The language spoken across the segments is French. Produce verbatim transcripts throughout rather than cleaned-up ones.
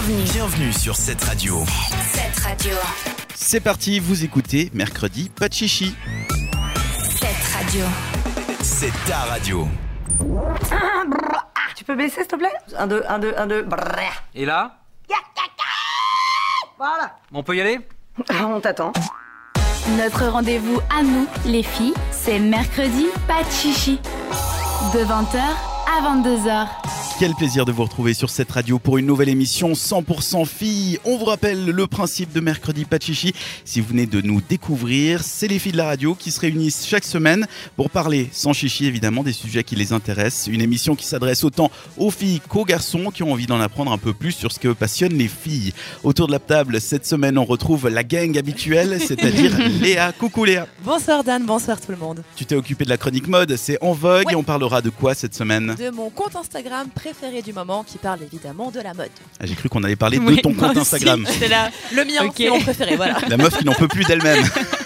Bienvenue. Bienvenue sur cette radio. Cette radio. C'est parti, vous écoutez Mercredi, pas de chichi. Cette radio. C'est ta radio. Tu peux baisser s'il te plaît? Un, deux, un, deux, un, deux. Et là? Voilà. On peut y aller? On t'attend. Notre rendez-vous à nous, les filles, c'est mercredi, pas de chichi. De vingt heures à vingt-deux heures. Quel plaisir de vous retrouver sur cette radio pour une nouvelle émission cent pour cent filles. On vous rappelle le principe de Mercredi pas de chichi. Si vous venez de nous découvrir, c'est les filles de la radio qui se réunissent chaque semaine pour parler sans chichi évidemment des sujets qui les intéressent. Une émission qui s'adresse autant aux filles qu'aux garçons qui ont envie d'en apprendre un peu plus sur ce que passionne les filles. Autour de la table, cette semaine, on retrouve la gang habituelle, c'est-à-dire Léa. Coucou Léa. Bonsoir Dan, bonsoir tout le monde. Tu t'es occupée de la chronique mode, c'est en vogue, ouais. Et on parlera de quoi cette semaine? De mon compte Instagram préféré du moment qui parle évidemment de la mode. Ah, j'ai cru qu'on allait parler oui, de ton compte Instagram. C'est là, le mien, okay. C'est mon préféré, voilà. La meuf qui n'en peut plus d'elle-même.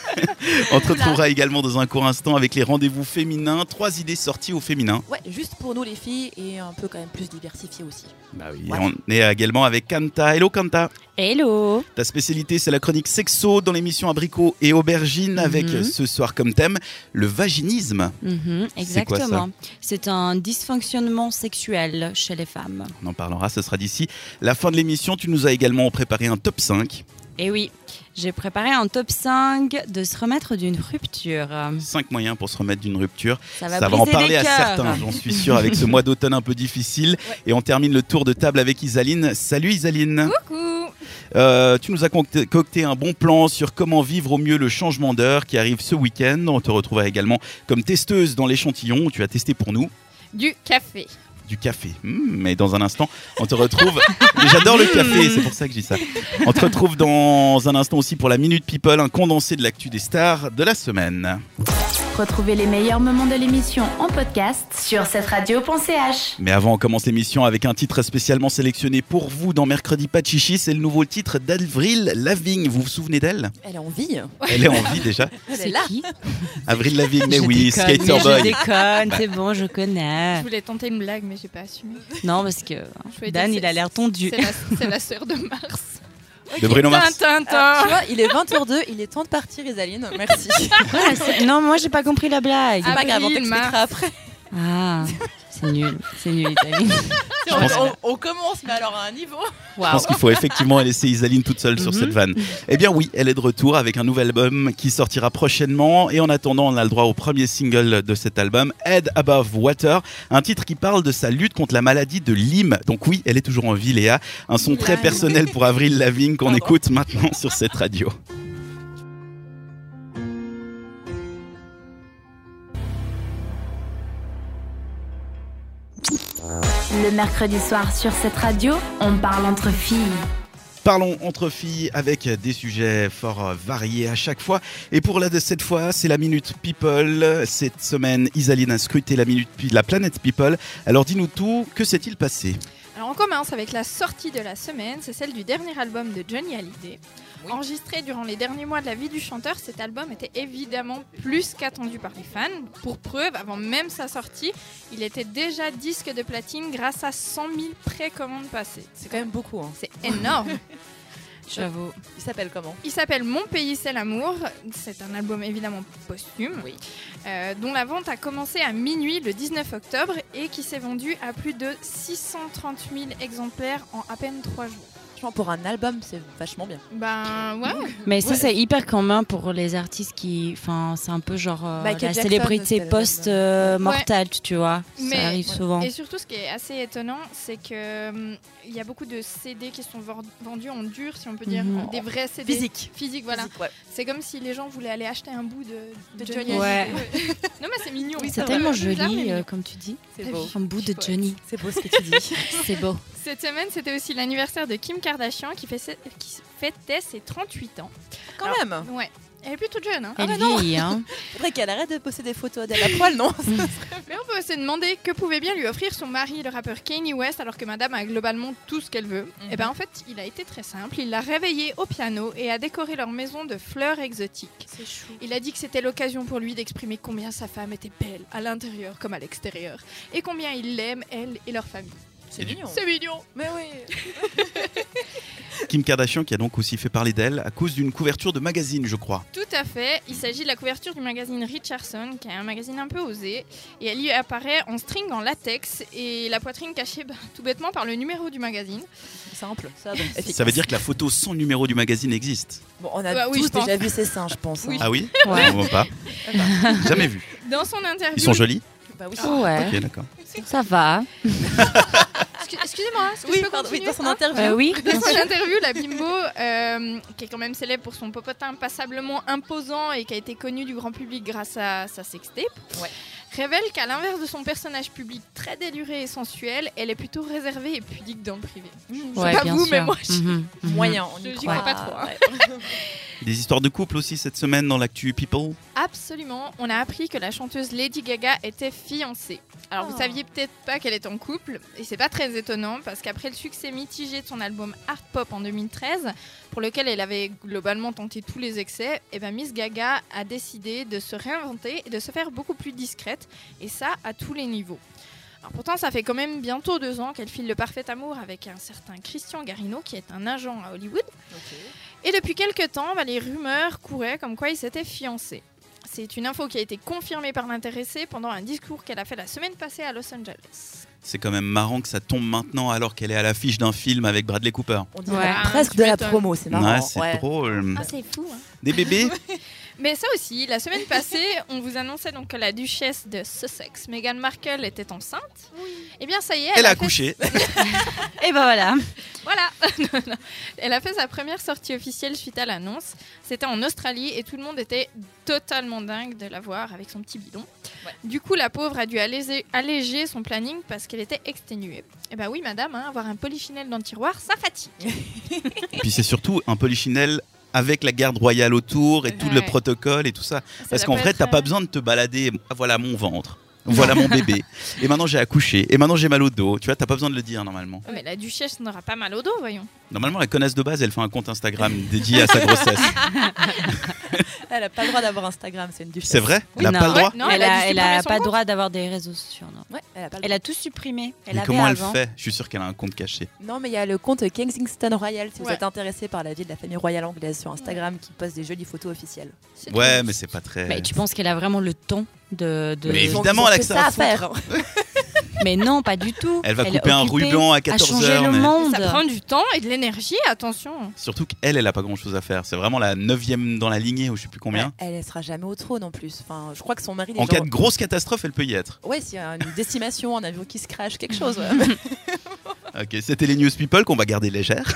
On te retrouvera également dans un court instant avec les rendez-vous féminins. Trois idées sorties au féminin. Ouais, juste pour nous les filles et un peu quand même plus diversifié aussi. Bah oui, voilà. On est également avec Kanta. Hello Kanta. Hello. Ta spécialité, c'est la chronique sexo dans l'émission Abricot et Aubergine, mm-hmm. avec ce soir comme thème le vaginisme. Mm-hmm, exactement. C'est quoi, ça? C'est un dysfonctionnement sexuel chez les femmes. On en parlera, ce sera d'ici la fin de l'émission. Tu nous as également préparé un top cinq. Et oui, j'ai préparé un top cinq de se remettre d'une rupture. cinq moyens pour se remettre d'une rupture. Ça va, Ça va en parler à certains, j'en suis sûr, avec ce mois d'automne un peu difficile. Ouais. Et on termine le tour de table avec Isaline. Salut Isaline. Coucou. Euh, tu nous as concocté un bon plan sur comment vivre au mieux le changement d'heure qui arrive ce week-end. On te retrouvera également comme testeuse dans l'échantillon où tu as testé pour nous du café. Du café. Mmh, mais dans un instant, on te retrouve... J'adore le café, c'est pour ça que je dis ça. On te retrouve dans un instant aussi pour la Minute People, un condensé de l'actu des stars de la semaine. Retrouvez les meilleurs moments de l'émission en podcast sur cette radio point c h. Mais avant, on commence l'émission avec un titre spécialement sélectionné pour vous dans Mercredi pas de chichi. C'est le nouveau titre d'Avril Lavigne. Vous vous souvenez d'elle? Elle est en vie. Elle est en vie déjà. C'est là. Qui? Avril Lavigne, mais je oui, déconne, Skater mais Boy. Je déconne, c'est bon, je connais. Je voulais tenter une blague, mais j'ai pas assumé. Non, parce que Dan, il a l'air tondu. C'est la, c'est la sœur de Mars. De Bruno Mars. Tintin, tintin. Ah, tu vois, il est vingt heures deux, il est temps de partir, Isaline. Merci. Ouais, non, moi, j'ai pas compris la blague. C'est pas grave, on t'expliquera après. Ah, c'est nul, c'est nul, Isaline. on, on, on commence, mais alors à un niveau. Wow. Je pense qu'il faut effectivement laisser Isaline toute seule mm-hmm. sur cette vanne. Eh bien oui, elle est de retour avec un nouvel album qui sortira prochainement. Et en attendant, on a le droit au premier single de cet album, Head Above Water, un titre qui parle de sa lutte contre la maladie de Lyme. Donc oui, elle est toujours en vie, Léa. Un son très personnel pour Avril Lavigne qu'on écoute maintenant sur cette radio. Le mercredi soir sur cette radio, on parle entre filles. Parlons entre filles avec des sujets fort variés à chaque fois. Et pour la de cette fois, c'est la Minute People. Cette semaine, Isaline a scruté la, minute, la planète People. Alors dis-nous tout, que s'est-il passé ? Alors on commence avec la sortie de la semaine, c'est celle du dernier album de Johnny Hallyday. Oui. Enregistré durant les derniers mois de la vie du chanteur, cet album était évidemment plus qu'attendu par les fans. Pour preuve, avant même sa sortie, il était déjà disque de platine grâce à cent mille précommandes passées. C'est quand même beaucoup. Hein. C'est énorme. J'avoue. Il s'appelle comment ? Il s'appelle Mon pays c'est l'amour. C'est un album évidemment posthume, oui. euh, dont la vente a commencé à minuit le dix-neuf octobre et qui s'est vendu à plus de six cent trente mille exemplaires en à peine trois jours. Pour un album, c'est vachement bien. Ben ouais. Mais ça, ouais. c'est hyper commun pour les artistes qui, enfin, c'est un peu genre euh, la Jackson, célébrité post-mortale, euh, ouais. tu vois. Mais, ça arrive souvent. Et surtout, ce qui est assez étonnant, c'est que hum, il y a beaucoup de C D qui sont vendus en dur, si on peut dire, mm-hmm. des vrais C D physiques. Physiques, voilà. Physique, ouais. C'est comme si les gens voulaient aller acheter un bout de, de Johnny. Ouais. Non mais c'est mignon. Oui, c'est tellement joli, bizarre, euh, comme tu dis. C'est beau. Un bout de Johnny. C'est beau ce que tu dis. C'est beau. Cette semaine, c'était aussi l'anniversaire de Kim Kardashian qui, fait, qui fêtait ses trente-huit ans. Quand Alors, même. Ouais. Elle est plutôt jeune. Hein. Elle ah bah vieillit, hein. Faudrait qu'elle arrête de poster des photos d'elle à poil, non? Mais on peut se demander que pouvait bien lui offrir son mari, le rappeur Kanye West, alors que madame a globalement tout ce qu'elle veut. Mm-hmm. Et ben en fait, il a été très simple. Il l'a réveillée au piano et a décoré leur maison de fleurs exotiques. C'est chou. Il a dit que c'était l'occasion pour lui d'exprimer combien sa femme était belle, à l'intérieur comme à l'extérieur, et combien il l'aime, elle et leur famille. C'est du- mignon. C'est mignon. Mais oui. Kim Kardashian qui a donc aussi fait parler d'elle à cause d'une couverture de magazine, je crois. Tout à fait. Il s'agit de la couverture du magazine Richardson, qui est un magazine un peu osé. Et elle y apparaît en string en latex et la poitrine cachée bah, tout bêtement par le numéro du magazine. Simple, ça. Donc, efficace. Ça veut dire que la photo sans le numéro du magazine existe. Bon, on a Bah oui, tous je pense. déjà vu ces seins, je pense. Oui. hein. Ah oui Ouais. Je vois pas. Jamais vu. Dans son interview. Ils sont jolis. Bah oui. Ouais, Ok, d'accord. ça va. Excu- Excusez-moi, est-ce que Oui, je peux pardon, oui, continuer dans son hein interview. Euh, oui, Dans son interview, la bimbo, euh, qui est quand même célèbre pour son popotin passablement imposant et qui a été connue du grand public grâce à sa sextape, Ouais. révèle qu'à l'inverse de son personnage public très déluré et sensuel, elle est plutôt réservée et pudique dans le privé. Je sais ouais, pas bien vous, sûr. mais moi, je- Mhm, mhm. Moyen, on Je- y j'y croit. crois pas trop, hein. Ouais. Des histoires de couple aussi cette semaine dans l'actu People. Absolument, on a appris que la chanteuse Lady Gaga était fiancée. Alors vous Oh. saviez peut-être pas qu'elle est en couple, et c'est pas très étonnant parce qu'après le succès mitigé de son album Art Pop en deux mille treize, pour lequel elle avait globalement tenté tous les excès, et ben Miss Gaga a décidé de se réinventer et de se faire beaucoup plus discrète, et ça à tous les niveaux. Alors pourtant, ça fait quand même bientôt deux ans qu'elle file le parfait amour avec un certain Christian Garino, qui est un agent à Hollywood. Et depuis quelques temps, bah, les rumeurs couraient comme quoi ils s'étaient fiancés. C'est une info qui a été confirmée par l'intéressée pendant un discours qu'elle a fait la semaine passée à Los Angeles. C'est quand même marrant que ça tombe maintenant alors qu'elle est à l'affiche d'un film avec Bradley Cooper. On dirait Ouais. presque Ah, de tu la m'étonnes. promo, c'est marrant. Ouais, c'est Ouais. drôle. Ah, c'est fou, hein. Des bébés Mais ça aussi, la semaine passée, on vous annonçait donc que la duchesse de Sussex, Meghan Markle, était enceinte. Eh bien, ça y est, Elle a fait- accouché. Et ben voilà. Voilà. Non, non. Elle a fait sa première sortie officielle suite à l'annonce. C'était en Australie et tout le monde était totalement dingue de la voir avec son petit bidon. Ouais. Du coup, la pauvre a dû alléger, alléger son planning parce qu'elle était exténuée. Eh ben oui, madame, hein, avoir un polichinelle dans le tiroir, ça fatigue. Et puis c'est surtout un polichinelle avec la garde royale autour et tout Ouais. le protocole et tout ça. Parce Ça qu'en doit vrai, pas t'as être, pas euh, besoin de te balader. Ah, voilà mon ventre. Voilà mon bébé. Et maintenant j'ai accouché. Et maintenant j'ai mal au dos. Tu vois, t'as pas besoin de le dire normalement. Mais la duchesse n'aura pas mal au dos, voyons. Normalement, la connaisse de base, elle fait un compte Instagram dédié à sa grossesse. Elle a pas le droit d'avoir Instagram, c'est une duchesse. C'est vrai Elle a Non. pas le droit Ouais, non, elle elle a a, dû elle supprimer a son pas le compte. droit d'avoir des réseaux sociaux. Non. Ouais, elle a pas le Elle a tout supprimé. Elle Mais avait comment elle avant. fait Je suis sûr qu'elle a un compte caché. Non, mais il y a le compte Kensington Royal si vous Ouais. êtes intéressé par la vie de la famille royale anglaise sur Instagram qui poste des jolies photos officielles. C'est Ouais, tout. mais c'est pas très. Mais tu penses qu'elle a vraiment le temps de. de- Mais Ils ont- évidemment, ils ont elle a que que ça ça à à faire. Mais non, pas du tout. Elle va est couper un occupée ruban à à quatorze changer heures, le mais- monde. Ça prend du temps et de l'énergie, attention. Surtout qu'elle, elle a pas grand chose à faire. C'est vraiment la neuvième dans la lignée ou je sais plus combien. Ouais, elle ne sera jamais au trône en plus. Enfin, je crois que son mari. les En gens- cas de grosse catastrophe, elle peut y être. Ouais, s'il y a une décimation, un avion qui se crache, quelque chose. ouais. Ok, c'était les News People qu'on va garder légères.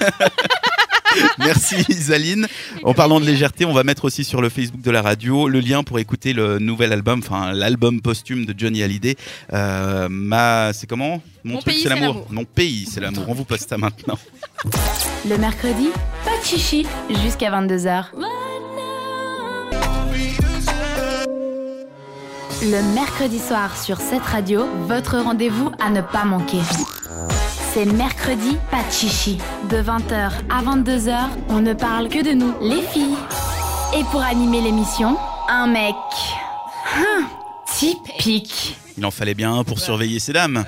Merci Isaline. En parlant de légèreté, on va mettre aussi sur le Facebook de la radio le lien pour écouter le nouvel album, enfin l'album posthume de Johnny Hallyday. Euh, ma, c'est comment Mon, Mon truc, pays, c'est c'est l'amour. l'amour. Mon pays, c'est l'amour. On vous poste ça maintenant. Le mercredi, pas de chichi jusqu'à vingt-deux heures. Le mercredi soir sur cette radio, votre rendez-vous à ne pas manquer. C'est mercredi, pas de chichi. De vingt heures à vingt-deux heures, on ne parle que de nous, les filles. Et pour animer l'émission, un mec. Hum, typique. Il en fallait bien un pour surveiller ces dames.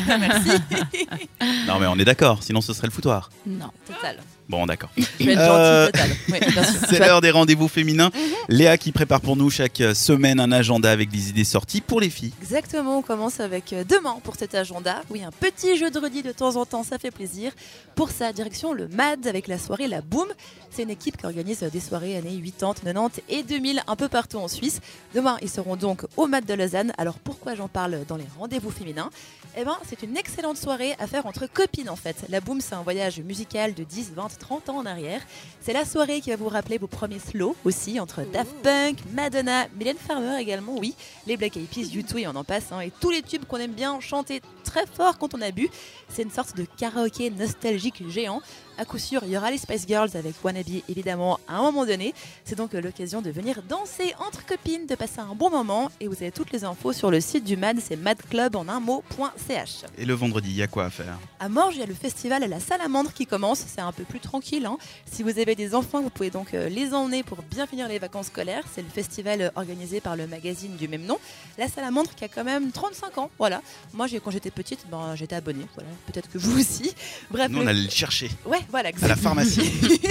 Non mais on est d'accord, sinon ce serait le foutoir. Non. Total. Bon d'accord. Je vais être Euh, gentille, total. Oui, bien sûr. C'est l'heure des rendez-vous féminins. Léa qui prépare pour nous chaque semaine un agenda avec des idées sorties pour les filles. Exactement, on commence avec euh, demain pour cet agenda. Oui, un petit jeu de redis de temps en temps, ça fait plaisir. Pour sa direction, le M A D avec la soirée La Boom. C'est une équipe qui organise euh, des soirées années quatre-vingt-dix, quatre-vingt-dix et deux mille un peu partout en Suisse. Demain, ils seront donc au M A D de Lausanne. Alors pourquoi j'en parle dans les rendez-vous féminins ? Eh ben, c'est une excellente soirée à faire entre copines en fait. La Boom, c'est un voyage musical de dix, vingt, trente ans en arrière. C'est la soirée qui va vous rappeler vos premiers slows aussi entre Daft Punk, Madonna, Mylène Farmer également, oui, les Black Eyed Peas, U deux et on en passe, hein, et tous les tubes qu'on aime bien chanter très fort quand on a bu. C'est une sorte de karaoké nostalgique géant. à coup sûr, il y aura les Spice Girls avec Wannabe évidemment à un moment donné. C'est donc l'occasion de venir danser entre copines, de passer un bon moment. Et vous avez toutes les infos sur le site du M A D, c'est madclub en un mot.ch. Et le vendredi, il y a quoi à faire? À Morges, il y a le festival La Salamandre qui commence. C'est un peu plus tranquille, hein. Si vous avez des enfants, vous pouvez donc euh, les emmener pour bien finir les vacances scolaires. C'est le festival euh, organisé par le magazine du même nom. La Salamandre qui a quand même trente-cinq ans. Voilà. Moi, j'ai, quand j'étais petite, ben, j'étais abonnée. Voilà. Peut-être que vous aussi. Bref, Nous, le... on allait le chercher. Ouais, voilà. À la pharmacie.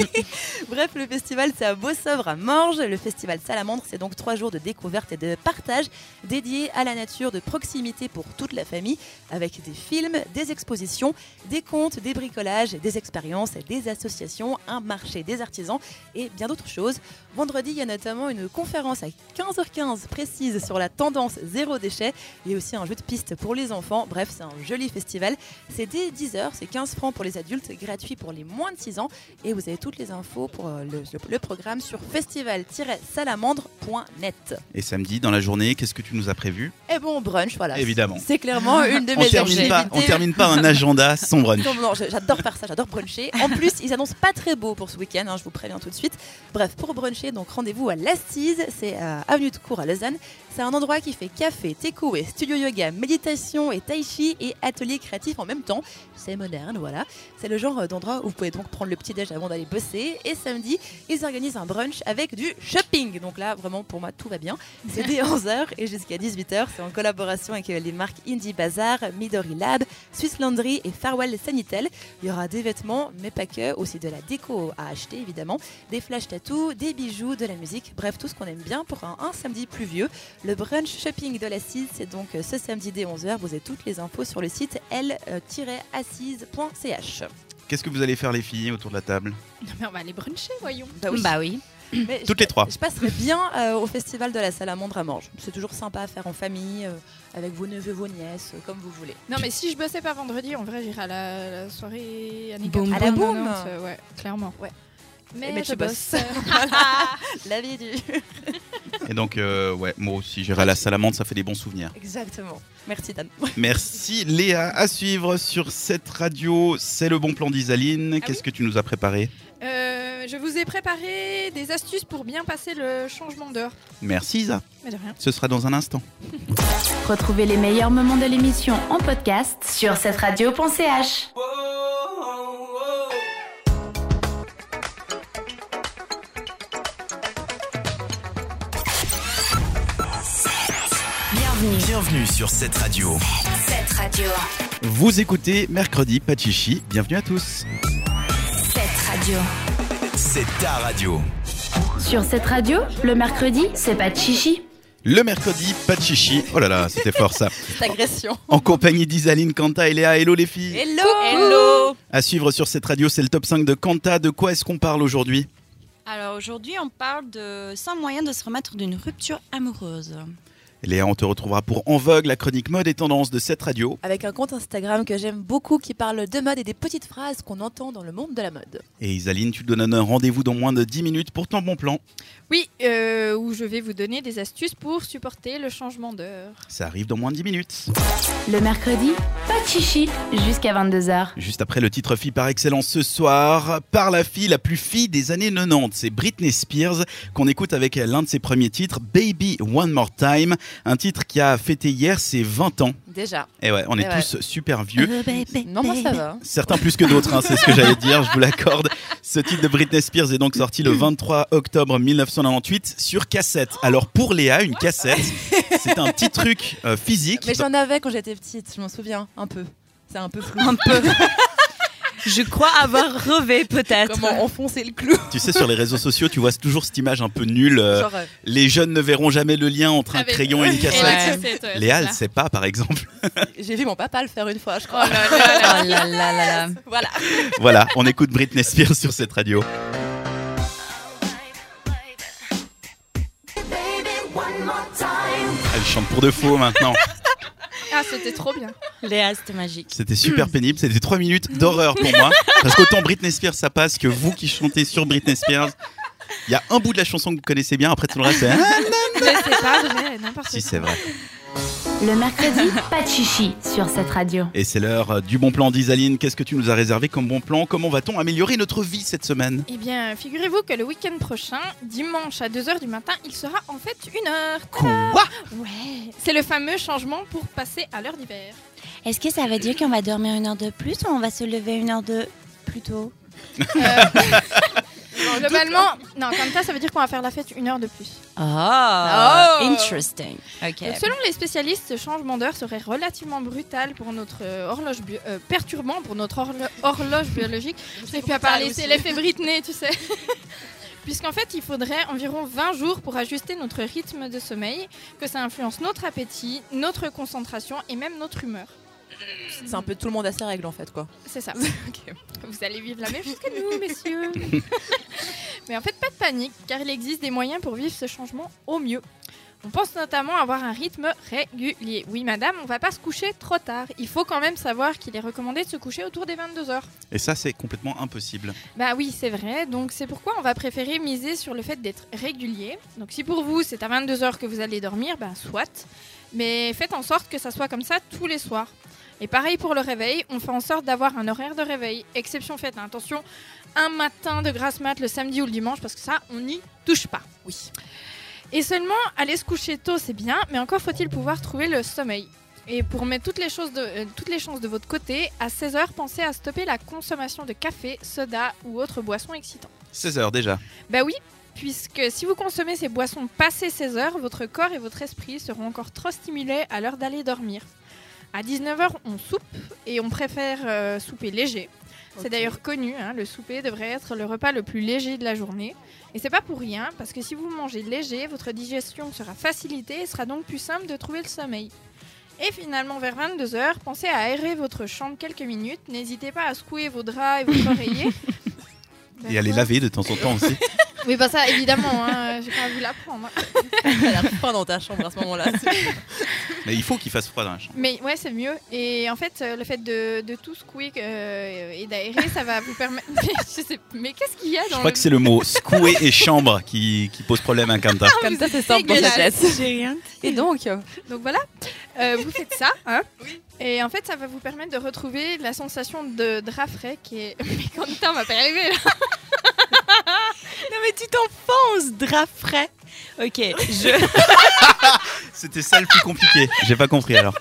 Bref, le festival, c'est à Beausovre, à Morges. Le festival Salamandre, c'est donc trois jours de découverte et de partage dédiés à la nature, de proximité pour toute la famille, avec des films, des expositions, des contes, des bricolages, des expériences, des associations, un marché des artisans et bien d'autres choses. Vendredi, il y a notamment une conférence à quinze heures quinze précise sur la tendance zéro déchet. Il y a aussi un jeu de piste pour les enfants. Bref, c'est un joli festival. C'est dès dix heures, c'est quinze francs pour les adultes, gratuit pour les moins de six ans. Et vous avez toutes les infos pour le, le, le programme sur festival tiret salamandre point net. Et samedi, dans la journée, qu'est-ce que tu nous as prévu? Et bon, brunch, voilà. Évidemment. C'est clairement une de mes On termine pas, on activités. termine pas un agenda sans brunch. Non, non, j'adore faire ça, j'adore bruncher. En plus, ils annoncent pas très beau pour ce week-end, hein, je vous préviens tout de suite. Bref, pour bruncher, donc rendez-vous à l'Assise, c'est à Avenue de Cour à Lausanne. C'est un endroit qui fait café, takeaway, studio yoga, méditation et tai chi et atelier créatif en même temps. C'est moderne, voilà. C'est le genre d'endroit où vous pouvez donc prendre le petit-déj avant d'aller bosser. Et samedi, ils organisent un brunch avec du shopping. Donc là, vraiment, pour moi, tout va bien. C'est dès onze heures et jusqu'à dix-huit heures. C'est en collaboration avec les marques Indie Bazaar, Midori Lab, Swiss Laundry et Farwell Sanitel. Il y aura des vêtements, mais pas que, aussi de la déco à acheter, évidemment, des flash tattoos, des bijoux, de la musique, bref, tout ce qu'on aime bien pour un, un samedi pluvieux. Le brunch shopping de l'Assise, c'est donc ce samedi dès onze heures. Vous avez toutes les infos sur le site l tiret assise point c h. Qu'est-ce que vous allez faire les filles autour de la table? Non, mais on va aller bruncher, voyons. Bah oui. Bah oui. Mais Toutes je, les trois. Je passerai bien euh, au festival de la Salamandre à Morges. C'est toujours sympa à faire en famille, euh, avec vos neveux, vos nièces, euh, comme vous voulez. Non, mais si je bossais pas vendredi, en vrai, j'irais à la, la soirée années Boum, quatre-vingts, à la boum. quatre-vingt-dix, euh, ouais, clairement. Ouais. Mais, Mais je tu bosse. La vie du... Et donc, euh, ouais, moi aussi, j'irai à la Salamandre, ça fait des bons souvenirs. Exactement. Merci Dan. Merci Léa. À suivre sur cette radio, c'est le bon plan d'Isaline. Qu'est-ce oui que tu nous as préparé? Euh, je vous ai préparé des astuces pour bien passer le changement d'heure. Merci Isa. Mais de rien. Ce sera dans un instant. Retrouvez les meilleurs moments de l'émission en podcast sur cette radio point c h. Bienvenue. Bienvenue sur cette radio. Cette radio. Vous écoutez Mercredi Pas de Chichi. Bienvenue à tous. Cette radio. C'est ta radio. Sur cette radio, le mercredi, c'est pas de chichi. Le mercredi, pas de chichi. Oh là là, c'était fort ça. Cette agression. En compagnie d'Isaline, Kanta et Léa. Hello les filles. Hello. Hello. À suivre sur cette radio, c'est le top cinq de Kanta. De quoi est-ce qu'on parle aujourd'hui? Alors aujourd'hui, on parle de cinq moyens de se remettre d'une rupture amoureuse. Léa, on te retrouvera pour En Vogue, la chronique mode et tendance de cette radio. Avec un compte Instagram que j'aime beaucoup qui parle de mode et des petites phrases qu'on entend dans le monde de la mode. Et Isaline, tu te donnes un rendez-vous dans moins de dix minutes pour ton bon plan. Oui, euh, où je vais vous donner des astuces pour supporter le changement d'heure. Ça arrive dans moins de dix minutes. Le mercredi, pas de chichi jusqu'à vingt-deux heures. Juste après le titre fille par excellence ce soir, par la fille la plus fille des années quatre-vingt-dix. C'est Britney Spears qu'on écoute avec l'un de ses premiers titres, Baby One More Time. Un titre qui a fêté hier ses vingt ans. Déjà. Et ouais, on est Et ouais. tous super vieux. Non, moi ça va. Certains plus que d'autres, hein, c'est ce que j'allais dire, je vous l'accorde. Ce titre de Britney Spears est donc sorti le vingt-trois octobre mille neuf cent quatre-vingt-dix sur cassette. Alors pour Léa, une cassette, c'est un petit truc euh, physique. Mais j'en avais quand j'étais petite, je m'en souviens, un peu. C'est un peu flou. Un peu. Je crois avoir rêvé peut-être. Comment enfoncer le clou. Tu sais, sur les réseaux sociaux, tu vois toujours cette image un peu nulle. euh, Genre, euh, les jeunes ne verront jamais le lien entre un Avec- crayon et une Et cassette. la cassette, ouais, Léa, c'est elle ça. sait pas, par exemple. j'ai vu mon papa le faire une fois, je crois. Oh là là là. Oh là là là là. Voilà. Voilà, on écoute Britney Spears sur cette radio. Elle chante pour de faux maintenant. Ah, c'était trop bien. Léa, c'était magique. C'était super pénible, c'était trois minutes d'horreur pour moi. Parce qu'autant Britney Spears ça passe que vous qui chantez sur Britney Spears. Il y a un bout de la chanson que vous connaissez bien, après tout le reste c'est... Mais c'est pas vrai, n'importe quoi. Si c'est vrai. Le mercredi, pas de chichi sur cette radio. Et c'est l'heure du bon plan d'Isaline. Qu'est-ce que tu nous as réservé comme bon plan? Comment va-t-on améliorer notre vie cette semaine? Eh bien, figurez-vous que le week-end prochain, dimanche à deux heures du matin, il sera en fait une heure. Quoi? Ouais. C'est le fameux changement pour passer à l'heure d'hiver. Est-ce que ça veut dire qu'on va dormir une heure de plus ou on va se lever une heure de plus tôt? Euh... Globalement, non, comme ça, ça veut dire qu'on va faire la fête une heure de plus. Ah, Oh. interesting. Ok. Donc, selon les spécialistes, ce changement d'heure serait relativement brutal pour notre euh, horloge bio- euh, perturbant pour notre horlo- horloge biologique. Je n'ai plus à parler, c'est l'effet Britney, tu sais. Puisqu'en fait, il faudrait environ vingt jours pour ajuster notre rythme de sommeil, que ça influence notre appétit, notre concentration et même notre humeur. C'est un peu tout le monde à ses règles en fait quoi. C'est ça. Vous allez vivre la même chose que nous, messieurs. Mais en fait, pas de panique, car il existe des moyens pour vivre ce changement au mieux. On pense notamment avoir un rythme régulier. Oui, madame, on va pas se coucher trop tard. Il faut quand même savoir qu'il est recommandé de se coucher autour des vingt-deux heures. Et ça, c'est complètement impossible. Bah oui, c'est vrai. Donc c'est pourquoi on va préférer miser sur le fait d'être régulier. Donc si pour vous, c'est à vingt-deux heures que vous allez dormir, bah soit. Mais faites en sorte que ça soit comme ça tous les soirs. Et pareil pour le réveil, on fait en sorte d'avoir un horaire de réveil. Exception faite, hein. Attention, un matin de grasse mat le samedi ou le dimanche, parce que ça, on n'y touche pas. Oui. Et seulement, aller se coucher tôt, c'est bien, mais encore faut-il pouvoir trouver le sommeil. Et pour mettre toutes les, choses de, euh, toutes les chances de votre côté, à seize heures, pensez à stopper la consommation de café, soda ou autres boissons excitantes. seize heures déjà. Bah oui, puisque si vous consommez ces boissons passées seize heures, votre corps et votre esprit seront encore trop stimulés à l'heure d'aller dormir. À dix-neuf heures, on soupe et on préfère euh, souper léger. C'est Ok. d'ailleurs connu, hein, le souper devrait être le repas le plus léger de la journée. Et c'est pas pour rien, parce que si vous mangez léger, votre digestion sera facilitée et sera donc plus simple de trouver le sommeil. Et finalement, vers vingt-deux heures, pensez à aérer votre chambre quelques minutes. N'hésitez pas à secouer vos draps et votre oreiller. Et à les laver de temps en temps aussi. Oui, bah ça, évidemment, hein, j'ai pas vu l'apprendre. Elle a froid dans ta chambre à ce moment-là. Mais il faut qu'il fasse froid dans la chambre. Mais ouais, c'est mieux. Et en fait, euh, le fait de, de tout secouer euh, et d'aérer, ça va vous permettre. Mais, je sais... Mais qu'est-ce qu'il y a dans Je crois le... que c'est le mot secouer et chambre qui, qui pose problème à Kanta. Comme ça, c'est simple pour cette dégueulasse. lettre. J'ai rien. Et donc, Donc voilà, euh, vous faites ça, hein. Et en fait, ça va vous permettre de retrouver la sensation de drap frais qui est. Mais Quentin, on va pas y arriver là. Non mais tu t'enfonces, drap frais. Ok, je... C'était ça le plus compliqué. J'ai pas compris alors.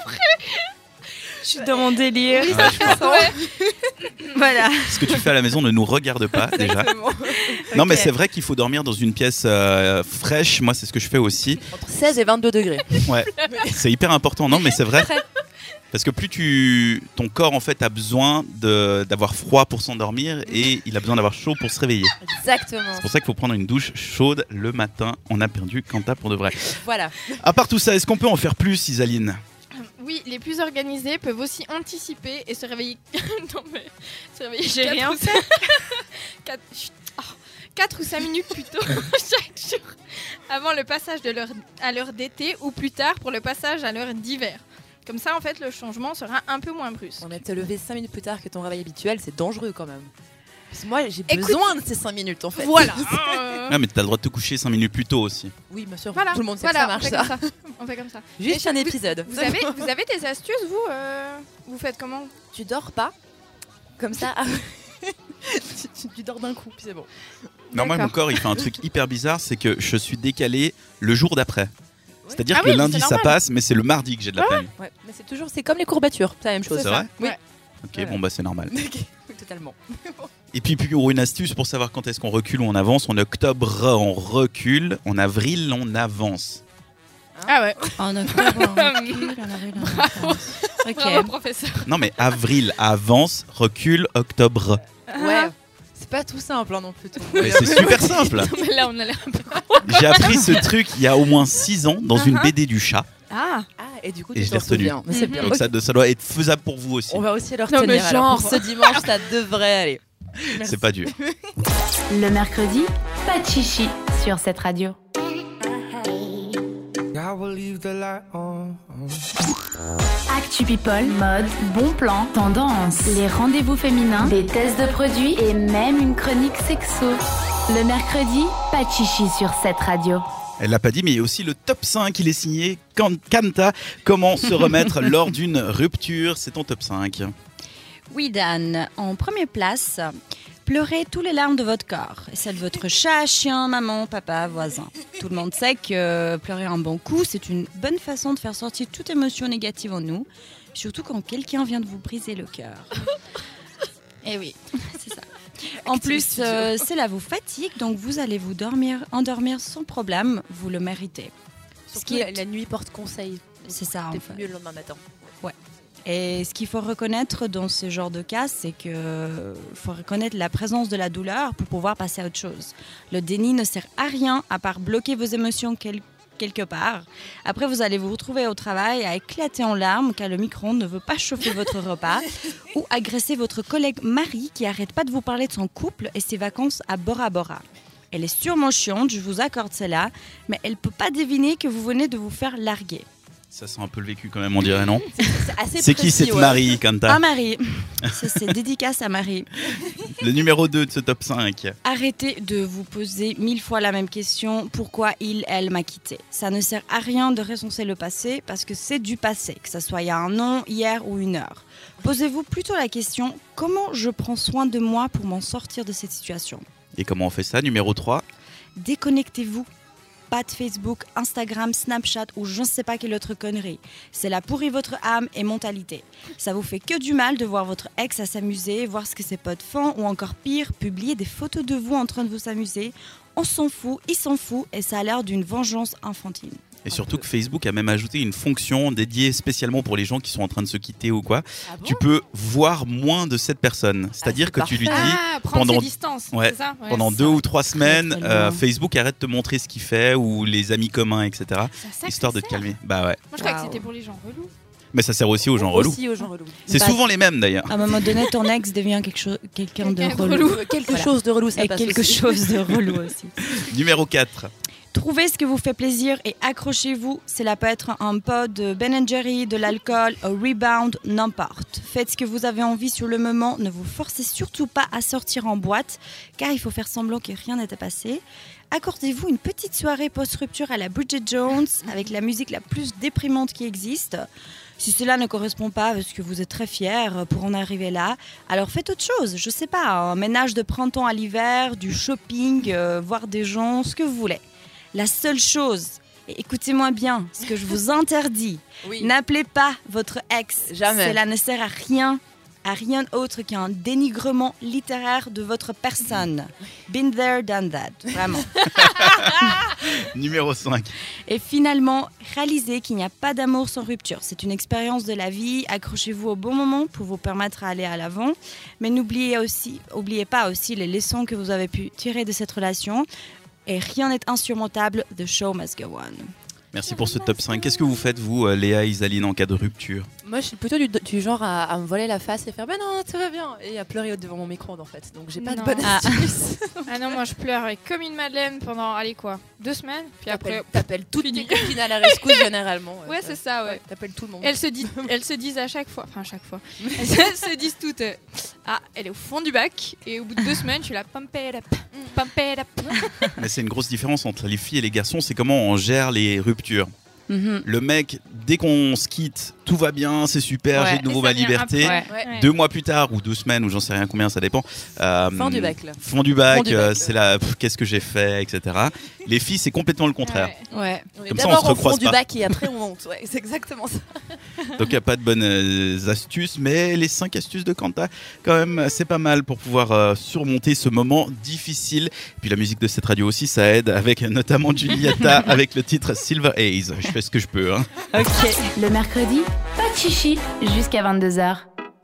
je suis dans mon délire. Ouais, je crois. Ouais. Voilà. Ce que tu fais à la maison ne nous regarde pas déjà. Non mais c'est vrai qu'il faut dormir dans une pièce euh, fraîche. Moi c'est ce que je fais aussi. entre seize et vingt-deux degrés. Ouais. C'est hyper important. Non mais c'est vrai. Parce que plus tu, ton corps en fait a besoin de, d'avoir froid pour s'endormir et il a besoin d'avoir chaud pour se réveiller. Exactement. C'est pour ça qu'il faut prendre une douche chaude le matin. On a perdu Kanta pour de vrai. Voilà. À part tout ça, est-ce qu'on peut en faire plus, Isaline? Oui, les plus organisés peuvent aussi anticiper et se réveiller. Non mais. Se réveiller J'ai quatre rien ou cinq- quatre... Chut. Oh. quatre ou cinq minutes plus tôt chaque jour avant le passage de l'heure à l'heure d'été ou plus tard pour le passage à l'heure d'hiver. Comme ça, en fait, le changement sera un peu moins brusque. On va te lever cinq minutes plus tard que ton réveil habituel, c'est dangereux quand même. Parce que moi, j'ai Écoute- besoin de ces cinq minutes en fait. Voilà. Euh, Ah mais t'as le droit de te coucher cinq minutes plus tôt aussi. Oui, bien sûr. Voilà. Tout le monde sait voilà, que ça marche on fait ça. comme ça. On fait comme ça. Juste Mais un vous- épisode. Vous avez, vous avez des astuces, vous euh, Vous faites comment? Tu dors pas comme ça. tu, tu- tu dors d'un coup, puis c'est bon. Non, moi, mon D'accord. corps, il fait un truc hyper bizarre, c'est que je suis décalé le jour d'après. C'est-à-dire Ah que oui, le lundi, c'est ça normal. passe, mais c'est le mardi que j'ai de la peine. Ouais, mais c'est toujours, c'est comme les courbatures, c'est la même chose. C'est vrai? Oui. Ok, Ouais. bon, bah, c'est normal. Oui, totalement. Et puis, pour une astuce pour savoir quand est-ce qu'on recule ou on avance, en octobre, on recule, en avril, on avance. Ah ouais. En octobre, on recule, en avril, on Bravo. avance. Bravo, Ok. professeur. Non, mais avril, avance, recule, octobre. Ouais. C'est pas tout simple hein, non plus. tout. Mais c'est super simple. Non, mais là, on a l'air un peu. J'ai appris ce truc il y a au moins six ans dans une Uh-huh. B D du chat. Ah. Ah, et du coup, Et tu je l'ai t'en retenu. souviens. Mais c'est Mhm. bien. Donc Ok. ça, ça doit être faisable pour vous aussi. On va aussi leur Non, mais tenir. Alors, genre. pour ce dimanche, ça devrait aller. Merci. C'est pas dur. Le mercredi, pas de chichi sur cette radio. Actu People, mode, bon plan, tendance, les rendez-vous féminins, des tests de produits et même une chronique sexo. Le mercredi, pas de chichi sur cette radio. Elle l'a pas dit, mais il y a aussi le top cinq. Il est signé Kan- Kanta. Comment se remettre lors d'une rupture? C'est ton top cinq. Oui, Dan. En première place, pleurez tous les larmes de votre corps. Celles de votre chat, chien, maman, papa, voisin. Tout le monde sait que pleurer un bon coup, c'est une bonne façon de faire sortir toute émotion négative en nous. Surtout quand quelqu'un vient de vous briser le cœur. Eh oui, c'est ça. En plus, euh, cela vous fatigue, donc vous allez vous dormir, endormir sans problème. Vous le méritez. Surtout Ce qui est- la, la nuit porte conseil. C'est ça, en T'es fait. mieux le lendemain matin. Et ce qu'il faut reconnaître dans ce genre de cas, c'est qu'il faut reconnaître la présence de la douleur pour pouvoir passer à autre chose. Le déni ne sert à rien à part bloquer vos émotions quel- quelque part. Après, vous allez vous retrouver au travail à éclater en larmes car le micro-ondes ne veut pas chauffer votre repas ou agresser votre collègue Marie qui arrête pas de vous parler de son couple et ses vacances à Bora Bora. Elle est sûrement chiante, je vous accorde cela, mais elle peut pas deviner que vous venez de vous faire larguer. Ça sent un peu le vécu quand même, on dirait, non? C'est assez C'est qui précis, cette ouais. Marie, Kanta? Ah Marie, ça c'est dédicace à Marie. Le numéro deux de ce top cinq. Arrêtez de vous poser mille fois la même question, pourquoi il, elle m'a quitté. Ça ne sert à rien de recenser le passé parce que c'est du passé, que ça soit il y a un an, hier ou une heure. Posez-vous plutôt la question, comment je prends soin de moi pour m'en sortir de cette situation? Et comment on fait ça? Numéro trois. Déconnectez-vous. Pas de Facebook, Instagram, Snapchat ou je ne sais pas quelle autre connerie. Cela pourrit votre âme et mentalité. Ça vous fait que du mal de voir votre ex à s'amuser, voir ce que ses potes font ou encore pire, publier des photos de vous en train de vous amuser. On s'en fout, il s'en fout et ça a l'air d'une vengeance infantile. Et surtout que Facebook a même ajouté une fonction dédiée spécialement pour les gens qui sont en train de se quitter ou quoi. Ah bon Tu peux voir moins de cette personne. C'est-à-dire c'est que tu lui dis Ah, prendre pendant- ses distances, Ouais, c'est ça Ouais, pendant c'est deux ça. ou trois semaines, très euh, loin. Facebook arrête de te montrer ce qu'il fait ou les amis communs, et cetera. C'est à ça que Histoire ça de te sert. calmer. Bah ouais. Moi, je croyais que Waouh. c'était pour les gens relous. Mais ça sert aussi aux gens relous. Aussi aux gens relous. C'est Bah, souvent les mêmes d'ailleurs. À un moment donné, ton ex devient quelque chose, quelqu'un de Quelqu'un de relou. relou. Quelque Voilà. chose de relou, ça Et passe quelque aussi. chose de relou aussi. Numéro quatre. Trouvez ce que vous fait plaisir et accrochez-vous. Cela peut être un pot de Ben and Jerry, de l'alcool, un rebound, n'importe. Faites ce que vous avez envie sur le moment. Ne vous forcez surtout pas à sortir en boîte, car il faut faire semblant que rien n'était passé. Accordez-vous une petite soirée post-rupture à la Bridget Jones, avec la musique la plus déprimante qui existe. Si cela ne correspond pas parce que vous êtes très fier pour en arriver là, alors faites autre chose. Je sais pas, un ménage de printemps à l'hiver, du shopping, euh, voir des gens, ce que vous voulez. La seule chose, et écoutez-moi bien, ce que je vous interdis, Oui. n'appelez pas votre ex. Jamais. Cela ne sert à rien, à rien autre qu'un dénigrement littéraire de votre personne. Been there, done that, vraiment. Numéro cinq. Et finalement, réalisez qu'il n'y a pas d'amour sans rupture. C'est une expérience de la vie. Accrochez-vous au bon moment pour vous permettre d'aller à l'avant. Mais n'oubliez aussi, oubliez pas aussi les leçons que vous avez pu tirer de cette relation. Et rien n'est insurmontable. The show must go on. Merci pour ce top cinq. Qu'est-ce que vous faites, vous, euh, Léa et Isaline, en cas de rupture? Moi, je suis plutôt du, du genre à, à me voiler la face et faire bah non, tout va bien, et à pleurer devant mon micro-ondes en fait. Donc j'ai pas Non. de bonne Ah. astuce. Ah non, moi je pleurais comme une madeleine pendant, allez quoi, deux semaines. Puis après, T'appelles t'appelles toutes fini. tes copines à la rescousse généralement. ouais, c'est ça, ouais. T'appelles tout le monde. Elles se, disent, elles se disent à chaque fois, enfin à chaque fois, elles se, elles se disent toutes, euh, ah, elle est au fond du bac, et au bout de deux semaines, tu la pump it up, pump it up. Mais c'est une grosse différence entre les filles et les garçons, c'est comment on gère les ruptures. Mhm. Le mec, dès qu'on se quitte, tout va bien, c'est super, Ouais. j'ai de nouveau Et ça ma vient liberté. après. Ouais. Ouais. Deux mois plus tard, ou deux semaines, ou j'en sais rien combien, ça dépend. euh, Fin du bac là. Fond du bac, Fond du bac, euh, ouais. c'est la pff, qu'est-ce que j'ai fait, et cetera. Les filles, c'est complètement le contraire. Ouais. Ouais. On est Comme ça, on d'abord se au fond recroise du pas. bac et après on monte. Ouais, c'est exactement ça. Donc il n'y a pas de bonnes euh, astuces, mais les cinq astuces de Kanta, quand même, c'est pas mal pour pouvoir euh, surmonter ce moment difficile. Et puis la musique de cette radio aussi, ça aide, avec notamment Giulietta, avec le titre Silver Haze. Je fais ce que je peux. Hein. Ok. Le mercredi, pas de chichi jusqu'à vingt-deux heures.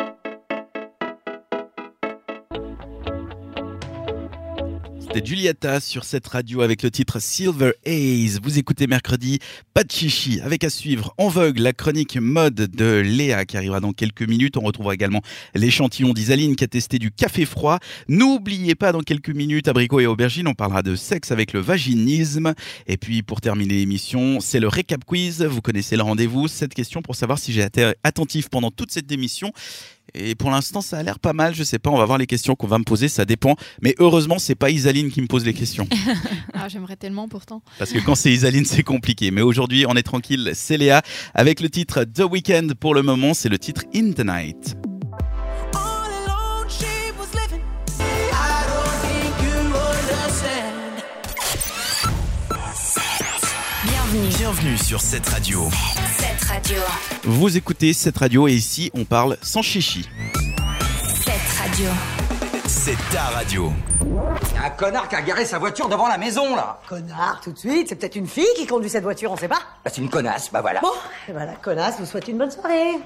C'était Giulietta sur cette radio avec le titre Silver Haze. Vous écoutez mercredi, pas de chichi. Avec à suivre En Vogue, la chronique mode de Léa qui arrivera dans quelques minutes. On retrouvera également l'échantillon d'Isaline qui a testé du café froid. N'oubliez pas, dans quelques minutes, abricots et aubergines, on parlera de sexe avec le vaginisme. Et puis pour terminer l'émission, c'est le récap quiz. Vous connaissez le rendez-vous. Cette question pour savoir si j'ai été attentif pendant toute cette émission. Et pour l'instant, ça a l'air pas mal. Je sais pas, on va voir les questions qu'on va me poser, ça dépend. Mais heureusement, c'est pas Isaline qui me pose les questions. Ah, j'aimerais tellement pourtant. Parce que quand c'est Isaline, c'est compliqué. Mais aujourd'hui, on est tranquille, c'est Léa. Avec le titre The Weeknd pour le moment, c'est le titre In the Night. Bienvenue. Bienvenue sur cette radio. Cette radio. Vous écoutez cette radio et ici, on parle sans chichi. Cette radio. C'est ta radio. Il y a un connard qui a garé sa voiture devant la maison, là. Connard, tout de suite. C'est peut-être une fille qui conduit cette voiture, on sait pas. Bah, c'est une connasse, bah voilà. Bon, et voilà, connasse, vous souhaite une bonne soirée.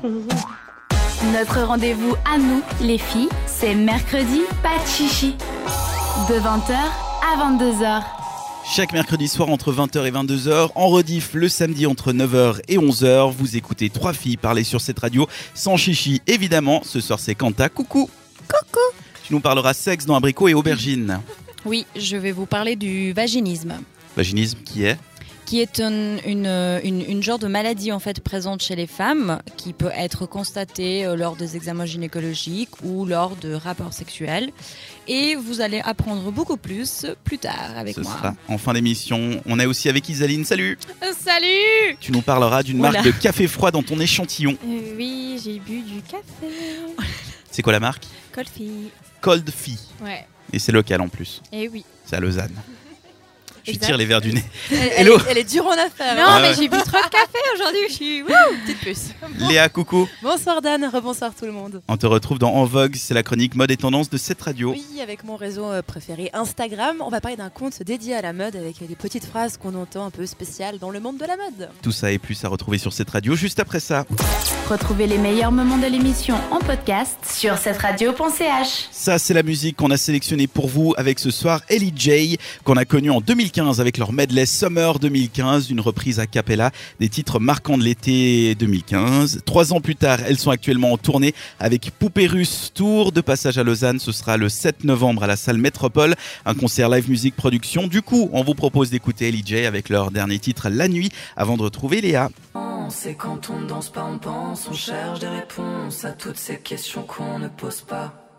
Notre rendez-vous à nous, les filles, c'est mercredi, pas de chichi. De vingt heures à vingt-deux heures. Chaque mercredi soir entre vingt heures et vingt-deux heures, en rediff le samedi entre neuf heures et onze heures, vous écoutez trois filles parler sur cette radio sans chichi. Évidemment, ce soir c'est Quanta. Coucou. Coucou. Tu nous parleras sexe dans abricot et aubergine. Oui, je vais vous parler du vaginisme. Vaginisme qui est Qui est un- une, une, une genre de maladie en fait présente chez les femmes qui peut être constatée euh, lors des examens gynécologiques ou lors de rapports sexuels. Et vous allez apprendre beaucoup plus plus tard avec Ce moi. sera en fin d'émission. On est aussi avec Isaline. Salut. Euh, salut. Tu nous parleras d'une Oula. marque de café froid dans ton échantillon. Euh, oui, j'ai bu du café. C'est quoi la marque? Coffee. Cold Fee. Ouais. Et c'est local en plus. Et oui. C'est à Lausanne. Je Exact. tire les verres du nez. Elle, elle Hello. est, elle est dure en affaires. Non, Ah mais ouais. j'ai bu trop de café aujourd'hui. Je suis. Wouh. Petite plus. Léa, coucou. Bonsoir Dan, rebonsoir tout le monde. On te retrouve dans En Vogue. C'est la chronique mode et tendance de cette radio. Oui, avec mon réseau euh, préféré Instagram, on va parler d'un compte dédié à la mode avec des petites phrases qu'on entend un peu spéciales dans le monde de la mode. Tout ça et plus à retrouver sur cette radio juste après ça. Retrouvez les meilleurs moments de l'émission en podcast sur cette radio point c h. Ça, c'est la musique qu'on a sélectionnée pour vous avec ce soir Ellie J, qu'on a connu en deux mille quinze avec leur medley Summer deux mille quinze, une reprise a cappella des titres marquants de l'été deux mille quinze. Trois ans plus tard, elles sont actuellement en tournée avec Poupée Russe Tour. De passage à Lausanne, ce sera le sept novembre à la salle Métropole, un concert live musique production. Du coup, on vous propose d'écouter Ellie J avec leur dernier titre La Nuit avant de retrouver Léa. C'est quand on ne danse pas, on pense, on cherche des réponses à toutes ces questions qu'on ne pose pas.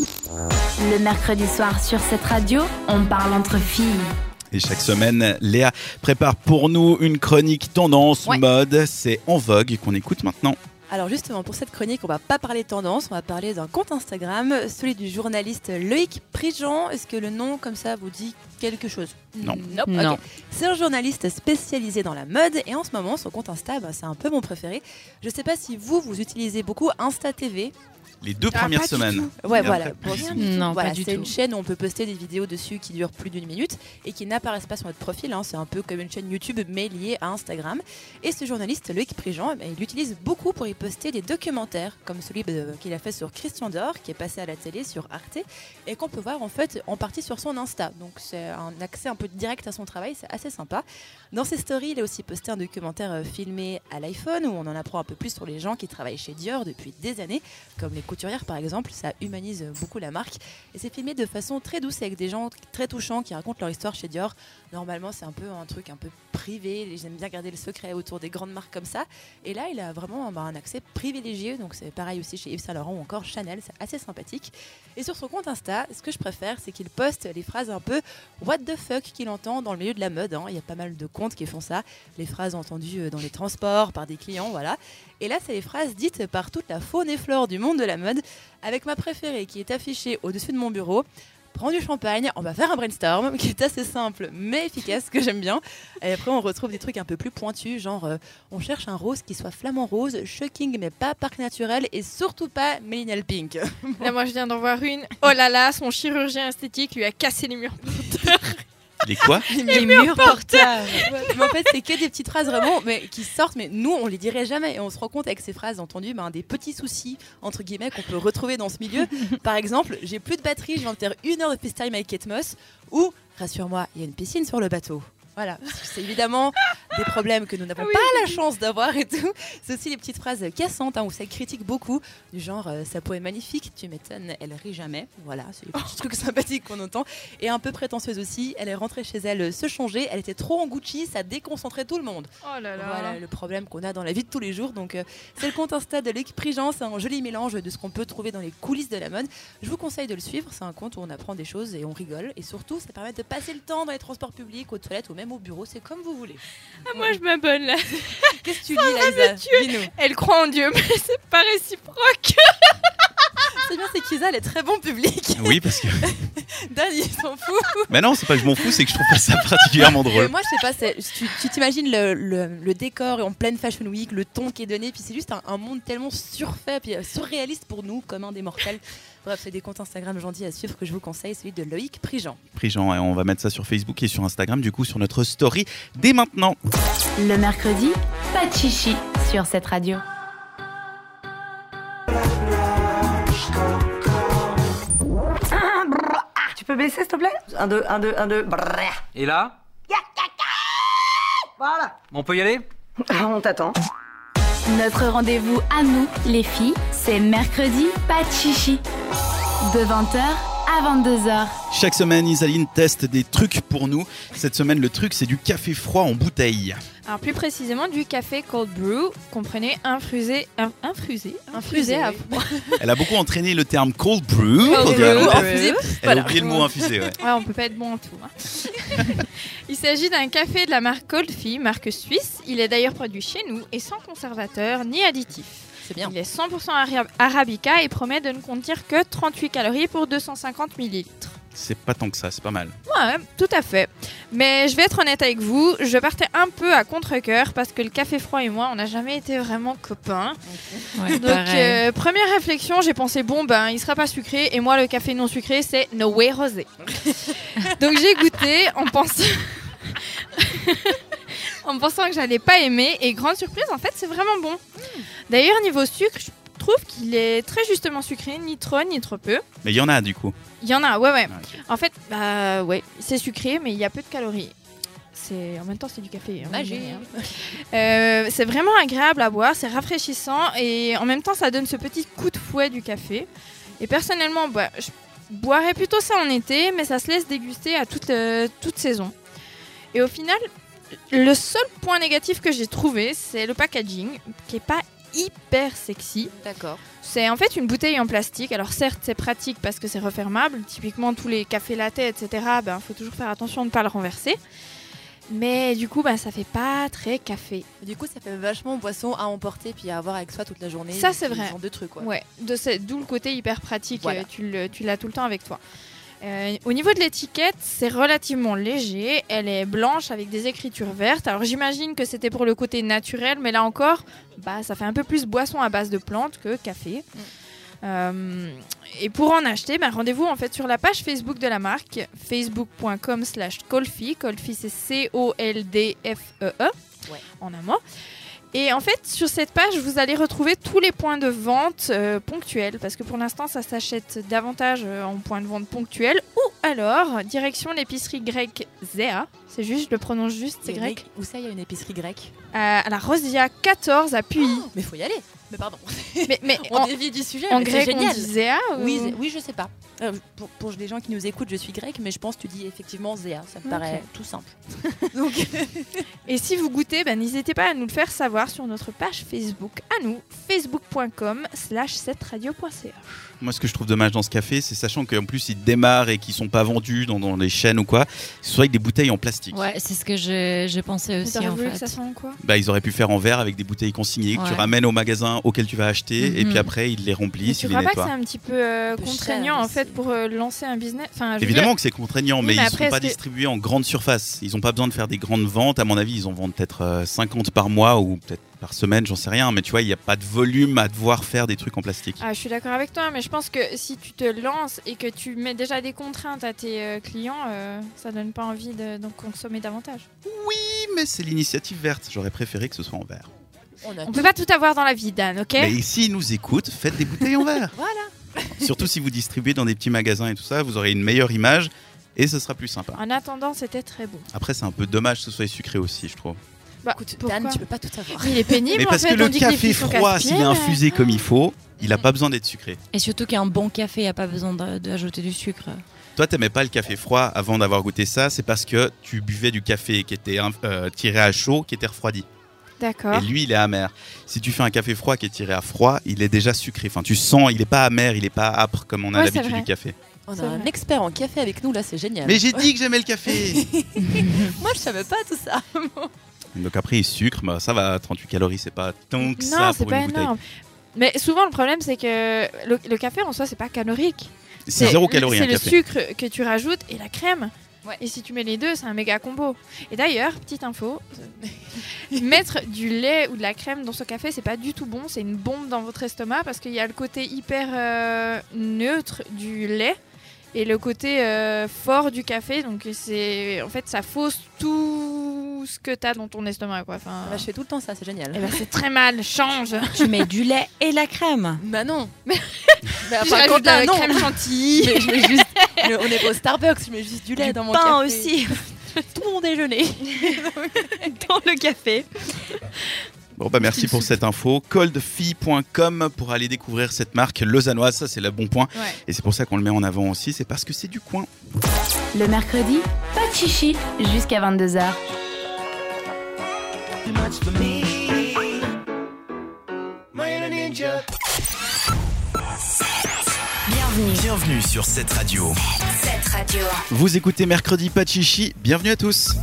Le mercredi soir sur cette radio, on parle entre filles. Et chaque semaine, Léa prépare pour nous une chronique tendance Ouais. mode. C'est En Vogue qu'on écoute maintenant. Alors justement, pour cette chronique, on va pas parler tendance, on va parler d'un compte Instagram, celui du journaliste Loïc Prigent. Est-ce que le nom comme ça vous dit quelque chose? Non. Nope, Non. ok. C'est un journaliste spécialisé dans la mode et en ce moment, son compte Insta, bah, c'est un peu mon préféré. Je sais pas si vous, vous utilisez beaucoup Insta T V. Les deux Ah, premières pas du semaines. Ouais, Et voilà. après, Bon, plus. c'est- Non, voilà, pas du c'est tout. une chaîne où on peut poster des vidéos dessus qui durent plus d'une minute et qui n'apparaissent pas sur notre profil. Hein. C'est un peu comme une chaîne YouTube mais liée à Instagram. Et ce journaliste, Loïc Prigent, eh ben, il l'utilise beaucoup pour y poster des documentaires comme celui euh, qu'il a fait sur Christian Dior, qui est passé à la télé sur Arte et qu'on peut voir en fait en partie sur son Insta. Donc c'est un accès un peu direct à son travail, c'est assez sympa. Dans ses stories, il a aussi posté un documentaire euh, filmé à l'iPhone où on en apprend un peu plus sur les gens qui travaillent chez Dior depuis des années, comme les couturières par exemple. Ça humanise beaucoup la marque et c'est filmé de façon très douce avec des gens très touchants qui racontent leur histoire chez Dior. Normalement, c'est un peu un truc un peu privé. J'aime bien garder le secret autour des grandes marques comme ça. Et là, il a vraiment bah, un accès privilégié. Donc c'est pareil aussi chez Yves Saint Laurent ou encore Chanel. C'est assez sympathique. Et sur son compte Insta, ce que je préfère, c'est qu'il poste les phrases un peu what the fuck qu'il entend dans le milieu de la mode. Hein. Il y a pas mal de comptes qui font ça. Les phrases entendues dans les transports par des clients, voilà. Et là, c'est les phrases dites par toute la faune et flore du monde de la mode, avec ma préférée qui est affichée au-dessus de mon bureau. Prends du champagne, on va faire un brainstorm qui est assez simple mais efficace, que j'aime bien. Et après, on retrouve des trucs un peu plus pointus, genre euh, on cherche un rose qui soit flamant rose, shocking mais pas parc naturel et surtout pas millennial pink. Là, moi, je viens d'en voir une. Oh là là, son chirurgien esthétique lui a cassé les murs porteurs. Les quoi? Les murs porteurs. Ouais, mais en fait, c'est que des petites phrases vraiment mais qui sortent, mais nous, on les dirait jamais. Et on se rend compte avec ces phrases entendues, ben, des petits soucis, entre guillemets, qu'on peut retrouver dans ce milieu. Par exemple, j'ai plus de batterie, je viens de faire une heure de FaceTime avec Kate Moss. Ou, rassure-moi, il y a une piscine sur le bateau. Voilà, c'est évidemment des problèmes que nous n'avons Oui, pas oui. la chance d'avoir et tout. C'est aussi les petites phrases cassantes hein, où ça critique beaucoup, du genre euh, sa peau est magnifique, tu m'étonnes, elle rit jamais. Voilà, c'est les petits trucs sympathiques qu'on entend. Et un peu prétentieuse aussi, elle est rentrée chez elle euh, se changer, elle était trop en Gucci, ça déconcentrait tout le monde. Oh là là. Voilà le problème qu'on a dans la vie de tous les jours. Donc euh, c'est le compte Insta de Loïc Prigent, c'est un joli mélange de ce qu'on peut trouver dans les coulisses de la mode. Je vous conseille de le suivre, c'est un compte où on apprend des choses et on rigole. Et surtout, ça permet de passer le temps dans les transports publics, aux toilettes ou même au bureau, c'est comme vous voulez. Ah, moi, je m'abonne là. Qu'est-ce que tu Ça dis, va Liza me tuer. Dis-nous. Elle croit en Dieu, mais c'est pas réciproque. C'est bien, c'est qu'Isa, elle est très bon public. Oui, parce que. Dan, il s'en fout. Mais non, c'est pas que je m'en fous, c'est que je trouve pas ça particulièrement Mais drôle. moi, je sais pas, c'est- tu tu t'imagines le, le- le décor en pleine Fashion Week, le ton qui est donné, puis c'est juste un, un monde tellement surfait, puis euh, surréaliste pour nous, comme un des mortels. Bref, c'est des comptes Instagram gentils à suivre que je vous conseille, celui de Loïc Prigent. Prigent, et on va mettre ça sur Facebook et sur Instagram, du coup, sur notre story dès maintenant. Le mercredi, pas de chichi sur cette radio. Tu peux baisser, s'il te plaît? Un, deux, un, deux, un, deux. Brrr. Et là Voilà. On peut y aller? On t'attend. Notre rendez-vous à nous, les filles, c'est mercredi, pas de chichi. De vingt heures à vingt-deux heures. Chaque semaine, Isaline teste des trucs pour nous. Cette semaine, le truc, c'est du café froid en bouteille. Alors plus précisément du café cold brew, comprenez infusé, in- infusé, Infusé, infusé à oui. froid. Elle a beaucoup entraîné le terme cold brew. Cold pour dire- brew, infusé, Elle voilà. a oublié le mot infusé, ouais. Ouais, on peut pas être bon en tout. hein. Il s'agit d'un café de la marque Coldfi, marque suisse. Il est d'ailleurs produit chez nous et sans conservateur ni additif. C'est bien. Il est cent pour cent ara- arabica et promet de ne contenir que trente-huit calories pour deux cent cinquante millilitres. C'est pas tant que ça, c'est pas mal. Ouais, tout à fait. Mais je vais être honnête avec vous, je partais un peu à contre-cœur parce que le café froid et moi, on n'a jamais été vraiment copains. Ouais, Donc, pareil. euh, première réflexion, j'ai pensé, bon, ben, il sera pas sucré. Et moi, le café non sucré, c'est no way rosé. Donc, j'ai goûté en pensant... en pensant que j'allais pas aimer. Et grande surprise, en fait, c'est vraiment bon. D'ailleurs, niveau sucre, je trouve qu'il est très justement sucré, ni trop, ni trop peu. Mais il y en a, du coup. Il y en a, ouais, ouais. Ah, ok. En fait, bah, ouais, c'est sucré, mais il y a peu de calories. C'est... En même temps, c'est du café. hein, Magique. mais, hein. Euh, c'est vraiment agréable à boire, c'est rafraîchissant et en même temps, ça donne ce petit coup de fouet du café. Et personnellement, bah, je boirais plutôt ça en été, mais ça se laisse déguster à toute, euh, toute saison. Et au final, le seul point négatif que j'ai trouvé, c'est le packaging, qui est pas hyper sexy. D'accord. C'est en fait une bouteille en plastique. Alors certes, c'est pratique parce que c'est refermable. Typiquement, tous les cafés latte, et cetera, ben, faut toujours faire attention de ne pas le renverser. Mais du coup, ben, ça fait pas très café. Du coup, ça fait vachement boisson à emporter puis à avoir avec soi toute la journée. Ça, c'est Ce vrai. genre de trucs, quoi. Ouais, de ce- d'où le côté hyper pratique. Voilà. euh, Tu, le- tu l'as tout le temps avec toi. Euh, au niveau de l'étiquette, c'est relativement léger. Elle est blanche avec des écritures vertes. Alors j'imagine que c'était pour le côté naturel, mais là encore, bah, ça fait un peu plus boisson à base de plantes que café. Mm. Euh, et pour en acheter, bah, rendez-vous en fait sur la page Facebook de la marque, facebook.com slash Coldfi. Coldfi, c'est C O L D F E E, Ouais. en un mot. Et en fait, sur cette page, vous allez retrouver tous les points de vente euh, ponctuels, parce que pour l'instant, ça s'achète davantage euh, en points de vente ponctuels, ou alors direction l'épicerie grecque Zéa. C'est juste, je le prononce juste, c'est Il y a une grec. é- Où ça, il y a une épicerie grecque? Euh, à la Rosia quatorze à Puy. Oh, mais faut y aller. Mais pardon. mais mais On en, dévie du sujet. en mais c'est grec, on génial. dit Zéa Oui, ou- zé- oui, je sais pas. Euh, pour, pour les gens qui nous écoutent, je suis grecque, mais je pense que tu dis effectivement Zéa. Ça me Ok. paraît tout simple. Donc, Et si vous goûtez, bah, n'hésitez pas à nous le faire savoir sur notre page Facebook à nous, facebook.com slash cette radio.ch. Moi, ce que je trouve dommage dans ce café, c'est sachant qu'en plus, ils démarrent et qu'ils sont pas vendus dans, dans les chaînes ou quoi, ce soit avec des bouteilles en plastique. Ouais, c'est ce que j'ai j'ai pensé aussi T'aurais en voulu fait. que ça sent quoi? Bah, ils auraient pu faire en verre avec des bouteilles consignées que tu Ouais. ramènes au magasin auquel tu vas acheter et Mhm. puis après, ils les Mais remplissent, tu ils les crois pas que nettoient. c'est un petit peu euh, peu contraignant cher en aussi. fait pour euh, lancer un business enfin, je veux Évidemment dire- que c'est contraignant, Oui, mais, mais ils après, sont pas est-ce que- distribués en grande surface. Ils ont pas besoin de faire des grandes ventes. À mon avis, ils en vendent peut-être euh, cinquante par mois ou peut-être par semaine, j'en sais rien. Mais tu vois, il n'y a pas de volume à devoir faire des trucs en plastique. Ah, je suis d'accord avec toi, mais je pense que si tu te lances et que tu mets déjà des contraintes à tes euh, clients, euh, ça donne pas envie de, d'en consommer davantage. Oui, mais c'est l'initiative verte. J'aurais préféré que ce soit en verre. on a On peut pas tout avoir dans la vie, Dan, ok? Mais s'ils nous écoutent, faites des bouteilles en verre. Voilà. Surtout si vous distribuez dans des petits magasins et tout ça, vous aurez une meilleure image. et ce sera plus sympa. En attendant, c'était très bon. Après, c'est un peu dommage que ce soit sucré aussi, je trouve. Bah, Écoute, pourquoi Dan, tu peux pas tout avoir. Il est pénible Mais en parce fait, que le on dit que les café filles sont froid, s'il est casse-pieds, infusé comme il faut, il a pas besoin d'être sucré. Et surtout qu'un bon café, il n'y a pas besoin de- d'ajouter du sucre. Toi, t'aimais pas le café froid avant d'avoir goûté ça, c'est parce que tu buvais du café qui était euh, tiré à chaud, qui était refroidi. D'accord. Et lui, il est amer. Si tu fais un café froid qui est tiré à froid, il est déjà sucré. Enfin, tu sens, il est pas amer, il est pas âpre comme on a Ouais, c'est l'habitude vrai. du café. On C'est a un vrai. expert en café avec nous, là, c'est génial. Mais j'ai dit que j'aimais le café. Moi, je savais pas tout ça. Donc après, il sucre, bah, ça va, trente-huit calories, c'est pas tant que ça Non, c'est pour pas une bouteille. énorme. Mais souvent, le problème, c'est que le, le café en soi, c'est pas calorique. C'est zéro calorie C'est un le café. sucre que tu rajoutes et la crème. Ouais. Et si tu mets les deux, c'est un méga combo. Et d'ailleurs, petite info, mettre du lait ou de la crème dans ce café, c'est pas du tout bon. C'est une bombe dans votre estomac parce qu'il y a le côté hyper euh, neutre du lait et le côté euh, fort du café. Donc c'est, en fait, ça fausse tout ce que t'as dans ton estomac, quoi. Enfin, Bah, je fais tout le temps ça, c'est génial. eh ben, c'est très mal. Change. Tu mets du lait et la crème. Bah non. Mais, mais Je enfin, rajoute quand de la là, non. crème chantilly. Mais je mets juste, le- on est pas au Starbucks, je mets juste du lait Du dans mon pain café. aussi Tout mon déjeuner. dans le café. Bon bah merci pour cette info. coldfee point com pour aller découvrir cette marque lausannoise, ça c'est le bon point. Ouais. Et c'est pour ça qu'on le met en avant aussi, c'est parce que c'est du coin. Le mercredi, pas de chichi jusqu'à vingt-deux heures. Bienvenue. Bienvenue sur cette radio. Cette radio. Vous écoutez Mercredi Pas de Chichi, bienvenue à tous.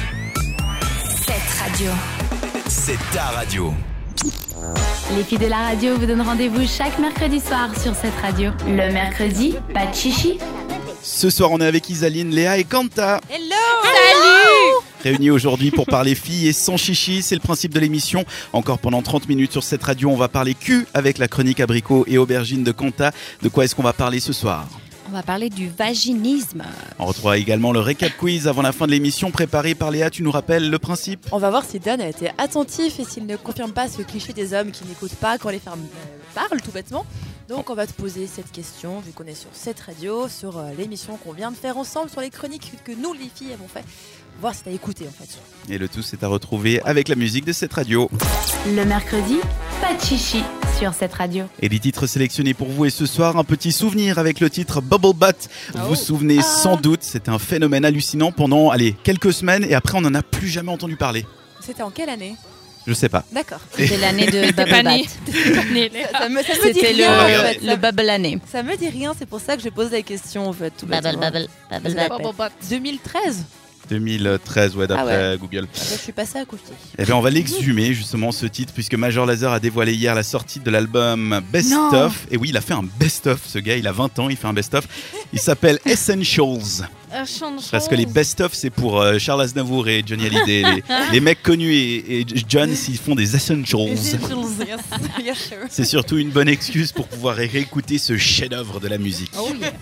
Cette radio. C'est ta radio. Les filles de la radio vous donnent rendez-vous chaque mercredi soir sur cette radio. Le mercredi, pas de chichi. Ce soir on est avec Isaline, Léa et Kanta. Hello. Réunis aujourd'hui pour parler filles et sans chichi, c'est le principe de l'émission. Encore pendant trente minutes sur cette radio, on va parler cul avec la chronique abricot et aubergine de Kanta. De quoi est-ce qu'on va parler ce soir ? On va parler du vaginisme. On retrouvera également le récap quiz avant la fin de l'émission préparé par Léa. Tu nous rappelles le principe ? On va voir si Dan a été attentif et s'il ne confirme pas ce cliché des hommes qui n'écoutent pas quand les femmes euh, parlent, tout bêtement. Donc on va te poser cette question, vu qu'on est sur cette radio, sur euh, l'émission qu'on vient de faire ensemble, sur les chroniques que nous, les filles, avons fait. Voir si t'as écouté, en fait. Et le tout c'est à retrouver avec la musique de cette radio. Le mercredi, pas de chichi sur cette radio. Et les titres sélectionnés pour vous et ce soir, un petit souvenir avec le titre Bubble Butt. Vous vous souvenez Ah. sans doute, c'était un phénomène hallucinant pendant allez, quelques semaines et après on n'en a plus jamais entendu parler. C'était en quelle année? Je sais pas. D'accord. C'était l'année de T'es pas Bubble né. Butt. T'es pas né, Léa. Ça me, ça me dit C'était rien, en fait. le, le Bubble année. Ça me dit rien, c'est pour ça que je pose la question, en fait. Tout Bubble, bêtement. bubble, bubble, C'est bubble. Bubble butt. deux mille treize. deux mille treize, ouais, d'après Ah ouais. Google. Ah bah, je suis passée à côté. Eh bien, on va l'exhumer justement ce titre puisque Major Lazer a dévoilé hier la sortie de l'album Best Non. Of. Et oui, il a fait un Best Of. Ce gars, il a vingt ans, il fait un Best Of. Il s'appelle Essentials. Un chant de Parce que les chose. best-of, c'est pour euh, Charles Aznavour et Johnny Hallyday. les, les mecs connus et, et John, ils font des essentials. Yes, yes, sure. C'est surtout une bonne excuse pour pouvoir réécouter ce chef-d'œuvre de la musique. Oh yeah.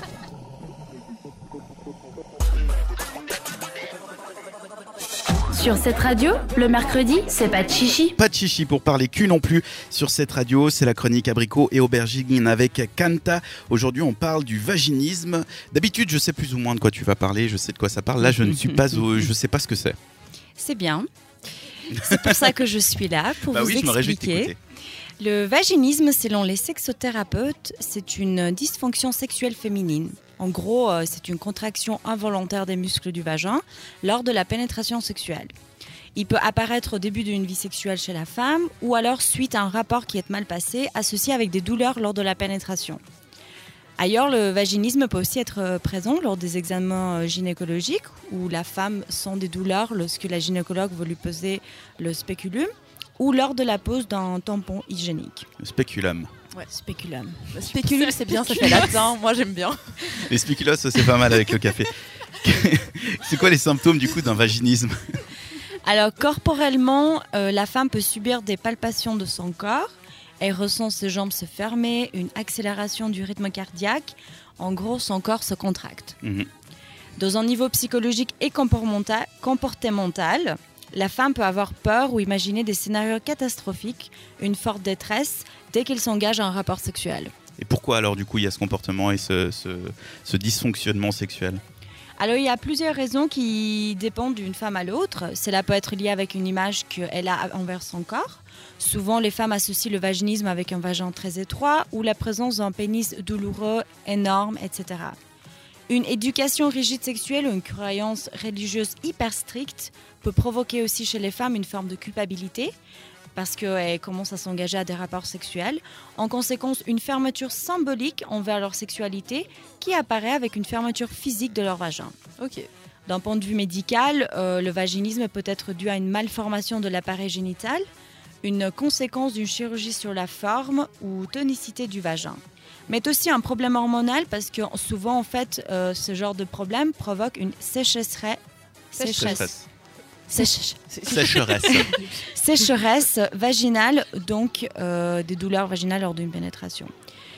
Sur cette radio, le mercredi, c'est pas de chichi. Pas de chichi pour parler cul non plus sur cette radio, c'est la chronique abricot et aubergine avec Kanta. Aujourd'hui on parle du vaginisme. D'habitude je sais plus ou moins de quoi tu vas parler, je sais de quoi ça parle. Là je ne suis pas, au, je sais pas ce que c'est. C'est bien. C'est pour ça que je suis là, pour Bah vous oui, je me réjouis de expliquer. t'écouter. Le vaginisme, selon les sexothérapeutes, c'est une dysfonction sexuelle féminine. En gros, euh, c'est une contraction involontaire des muscles du vagin lors de la pénétration sexuelle. Il peut apparaître au début d'une vie sexuelle chez la femme ou alors suite à un rapport qui est mal passé, associé avec des douleurs lors de la pénétration. Ailleurs, le vaginisme peut aussi être euh, présent lors des examens euh, gynécologiques où la femme sent des douleurs lorsque la gynécologue veut lui poser le spéculum ou lors de la pose d'un tampon hygiénique. Le spéculum. Spéculum. Le spéculum, c'est bien, ça fait latin. Moi, j'aime bien. Les spéculos, c'est pas mal avec le café. C'est quoi les symptômes du coup d'un vaginisme? Alors, corporellement, euh, la femme peut subir des palpations de son corps. Elle ressent ses jambes se fermer, une accélération du rythme cardiaque. En gros, son corps se contracte. Mhm. Dans un niveau psychologique et comportemental, comportemental, la femme peut avoir peur ou imaginer des scénarios catastrophiques, une forte détresse, dès qu'elle s'engage à un rapport sexuel. Et pourquoi alors du coup il y a ce comportement et ce, ce, ce dysfonctionnement sexuel? Alors, il y a plusieurs raisons qui dépendent d'une femme à l'autre. Cela peut être lié avec une image qu'elle a envers son corps. Souvent, les femmes associent le vaginisme avec un vagin très étroit ou la présence d'un pénis douloureux, énorme, et cetera. Une éducation rigide sexuelle ou une croyance religieuse hyper stricte peut provoquer aussi chez les femmes une forme de culpabilité parce qu'elles commencent à s'engager à des rapports sexuels. En conséquence, une fermeture symbolique envers leur sexualité qui apparaît avec une fermeture physique de leur vagin. Ok. D'un point de vue médical, euh, le vaginisme peut être dû à une malformation de l'appareil génital, une conséquence d'une chirurgie sur la forme ou tonicité du vagin. Mais aussi un problème hormonal parce que souvent, en fait, euh, ce genre de problème provoque une sécheresse. Sécheresse. Sécheresse. Sécheresse. Sécheresse vaginale, donc euh, des douleurs vaginales lors d'une pénétration.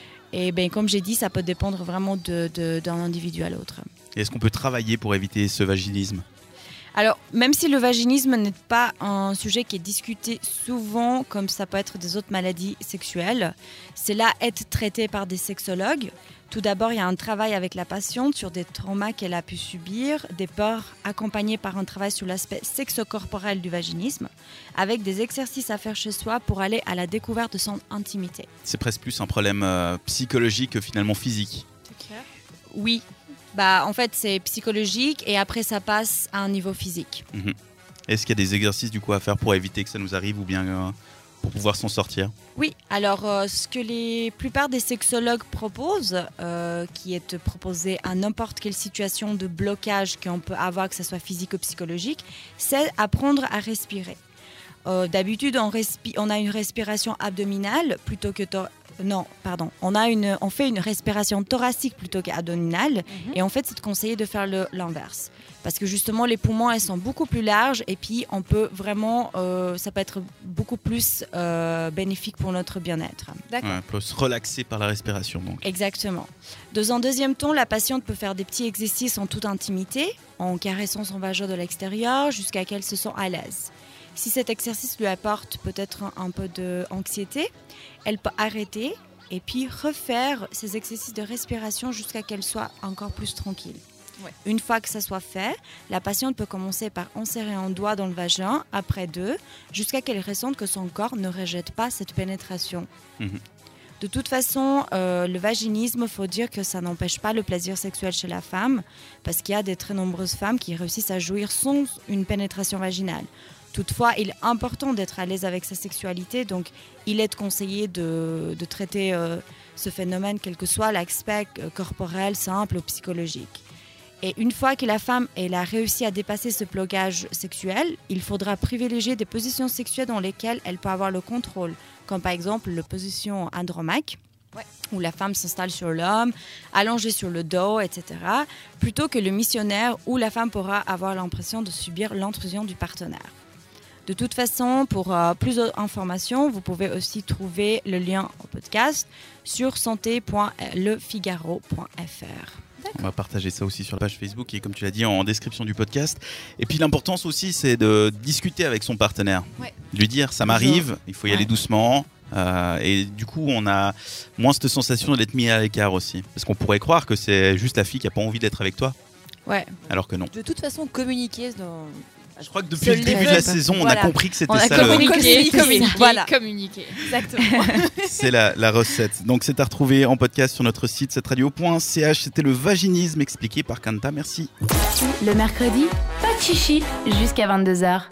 Et bien, comme j'ai dit, ça peut dépendre vraiment de, de, d'un individu à l'autre. Et est-ce qu'on peut travailler pour éviter ce vaginisme ? Alors, même si le vaginisme n'est pas un sujet qui est discuté souvent, comme ça peut être des autres maladies sexuelles, c'est là être traité par des sexologues. Tout d'abord, il y a un travail avec la patiente sur des traumas qu'elle a pu subir, des peurs accompagnés par un travail sur l'aspect sexo-corporel du vaginisme, avec des exercices à faire chez soi pour aller à la découverte de son intimité. C'est presque plus un problème euh, psychologique que finalement physique. C'est clair. Oui. Bah, en fait, c'est psychologique et après, ça passe à un niveau physique. Mmh. Est-ce qu'il y a des exercices du coup à faire pour éviter que ça nous arrive ou bien euh, pour pouvoir s'en sortir ? Oui, alors euh, ce que les plupart des sexologues proposent, euh, qui est de proposer à n'importe quelle situation de blocage qu'on peut avoir, que ce soit physique ou psychologique, c'est apprendre à respirer. Euh, d'habitude, on, respi- on a une respiration abdominale plutôt que... Tor- Non, pardon. On, a une, on fait une respiration thoracique plutôt qu'abdominale. Mm-hmm. Et en fait, c'est conseillé de faire le, l'inverse. Parce que justement, les poumons, elles sont beaucoup plus larges. Et puis, on peut vraiment... Euh, ça peut être beaucoup plus euh, bénéfique pour notre bien-être. D'accord. Ouais, on peut se relaxer par la respiration. Donc. Exactement. Dans un deuxième temps, la patiente peut faire des petits exercices en toute intimité, en caressant son vagin de l'extérieur jusqu'à qu'elle se sente à l'aise. Si cet exercice lui apporte peut-être un, un peu d'anxiété, elle peut arrêter et puis refaire ces exercices de respiration jusqu'à qu'elle soit encore plus tranquille. Ouais. Une fois que ça soit fait, la patiente peut commencer par insérer un doigt dans le vagin, après deux, jusqu'à qu'elle ressente que son corps ne rejette pas cette pénétration. Mmh. De toute façon, euh, le vaginisme, il faut dire que ça n'empêche pas le plaisir sexuel chez la femme, parce qu'il y a de très nombreuses femmes qui réussissent à jouir sans une pénétration vaginale. Toutefois, il est important d'être à l'aise avec sa sexualité, donc il est conseillé de, de traiter euh, ce phénomène, quel que soit l'aspect euh, corporel, simple ou psychologique. Et une fois que la femme elle a réussi à dépasser ce blocage sexuel, il faudra privilégier des positions sexuelles dans lesquelles elle peut avoir le contrôle, comme par exemple la position andromaque, ouais. où la femme s'installe sur l'homme, allongée sur le dos, et cetera, plutôt que le missionnaire où la femme pourra avoir l'impression de subir l'intrusion du partenaire. De toute façon, pour euh, plus d'informations, vous pouvez aussi trouver le lien au podcast sur santé point le figaro point f r. On va partager ça aussi sur la page Facebook et comme tu l'as dit en description du podcast. Et puis l'importance aussi, c'est de discuter avec son partenaire. Ouais. Lui dire, ça m'arrive, il faut y ouais. aller doucement. Euh, et du coup, on a moins cette sensation d'être mis à l'écart aussi. Parce qu'on pourrait croire que c'est juste la fille qui n'a pas envie d'être avec toi. Ouais. Alors que non. De toute façon, communiquer dans... Je crois que depuis le début de la saison, on voilà. a compris que c'était on a ça. Communiqué, le... communiqué, voilà. communiquer. Exactement. C'est la, la recette. Donc, c'est à retrouver en podcast sur notre site sept radio point c h. C'était le vaginisme expliqué par Kanta. Merci. Le mercredi, pas de chichi jusqu'à vingt-deux heures.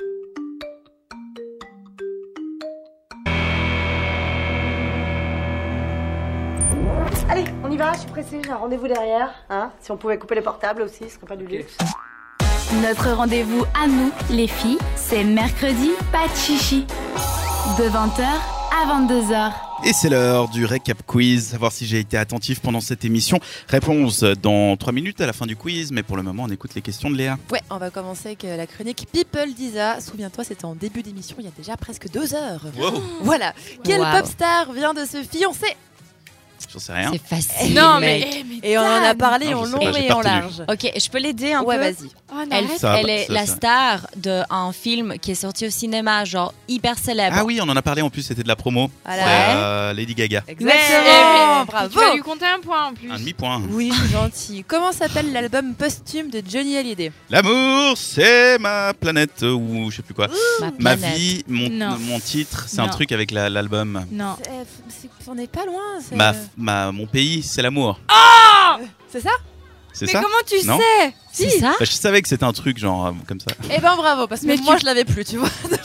Allez, on y va, je suis pressée, j'ai un rendez-vous derrière. Hein, si on pouvait couper les portables aussi, ce serait pas du luxe. Notre rendez-vous à nous, les filles, c'est mercredi, pas de chichi. De vingt heures à vingt-deux heures. Et c'est l'heure du récap quiz, savoir si j'ai été attentif pendant cette émission. Réponse dans trois minutes à la fin du quiz, mais pour le moment on écoute les questions de Léa. Ouais, on va commencer avec la chronique People d'Isa. Souviens-toi, c'était en début d'émission, il y a déjà presque deux heures. Wow. Voilà, quel wow. pop star vient de se fiancer J'en sais rien. C'est facile. Non, mec. mais, mais Et on en a parlé Non, en je sais long pas, j'ai et pas en retenu. large. Ok, je peux l'aider un Ouais, peu. vas-y. Oh non, Elle, arrête. Ça va elle pas, est ça, la ça. star d'un film qui est sorti au cinéma, genre hyper célèbre. Ah oui, on en a parlé en plus, c'était de la promo. Voilà. C'est euh, Lady Gaga. Exactement, Tu bravo. vas lui compter un point en plus. Un demi-point. Oui, c'est gentil. Comment s'appelle l'album posthume de Johnny Hallyday? L'amour, c'est ma planète, euh, ou je sais plus quoi. Ma Ma planète. vie, mon, Non. mon titre, c'est un Non. truc avec la- l'album. Non. C'est- c'est- On n'est pas loin. c'est- Ma, ma, mon pays, c'est l'amour. C'est ça? C'est Mais ça comment tu Non. sais? C'est ça? Bah, je savais que c'était un truc genre euh, comme ça. Eh ben bravo, parce que Mais moi tu- je l'avais plus, tu vois.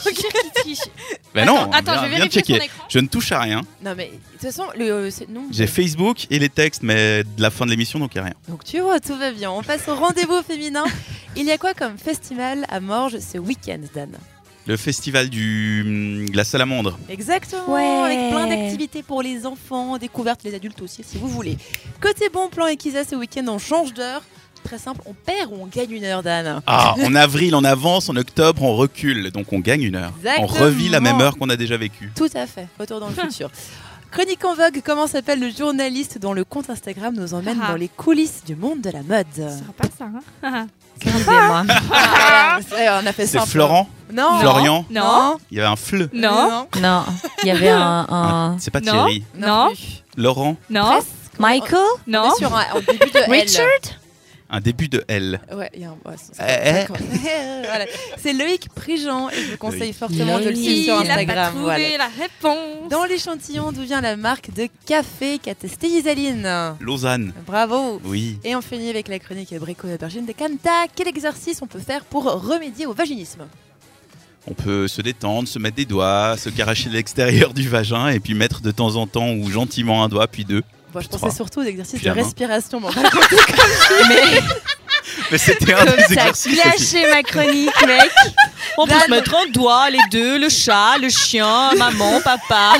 Bah Attends, non, attends, viens, je vais viens vérifier checker. ton écran. Je ne touche à rien. Non mais de toute façon, le, euh, c'est- non. J'ai Facebook et les textes, mais de la fin de l'émission, donc il n'y a rien. Donc tu vois, tout va bien. On passe au rendez-vous féminin. Il y a quoi comme festival à Morges ce week-end, Dan? Le festival du, de la salamandre. Exactement, Ouais. avec plein d'activités pour les enfants, découvertes les adultes aussi si vous voulez. Côté bon plan et Kisa, ce week-end on change d'heure. Très simple, on perd ou on gagne une heure, Dan? Ah, en avril, on avance, en octobre, on recule. Donc on gagne une heure. Exactement. On revit la même heure qu'on a déjà vécue. Tout à fait, retour dans le futur. Chronique en vogue, comment s'appelle le journaliste dont le compte Instagram nous emmène Ah. dans les coulisses du monde de la mode? Ça va pas ça, hein? Excusez-moi. Ah, c'est- on a fait C'est simple. Florent Non. Florian Non. Il y avait un fleu. Non. Non, il y avait un. un- C'est pas Non. Thierry. Non. plus. Laurent Non. Presque. Michael? On Non. est sur un, en début de L. Richard? Un début de L. Ouais, il y a un. Ouais, c'est- Eh, c'est- voilà. C'est Loïc Prigent et je vous conseille Loïc. fortement de le Loïc. suivre sur Il a pas Instagram. trouvé Voilà. la réponse. Dans l'échantillon d'où vient la marque de café qu'a testé Isaline. Lausanne. Bravo. Oui. Et on finit avec la chronique abricot aubergine de Kanta. Quel exercice on peut faire pour remédier au vaginisme? On peut se détendre, se mettre des doigts, se caracher de l'extérieur du vagin et puis mettre de temps en temps ou gentiment un doigt, puis deux. Moi, je Puis pensais trois. surtout aux exercices Puis de la main. respiration. mais on va Mais Mais c'était un comme des t'as exercices aussi. gâché ma chronique, mec. On peut Dan. se mettre en doigt, les deux, le chat, le chien, maman, papa.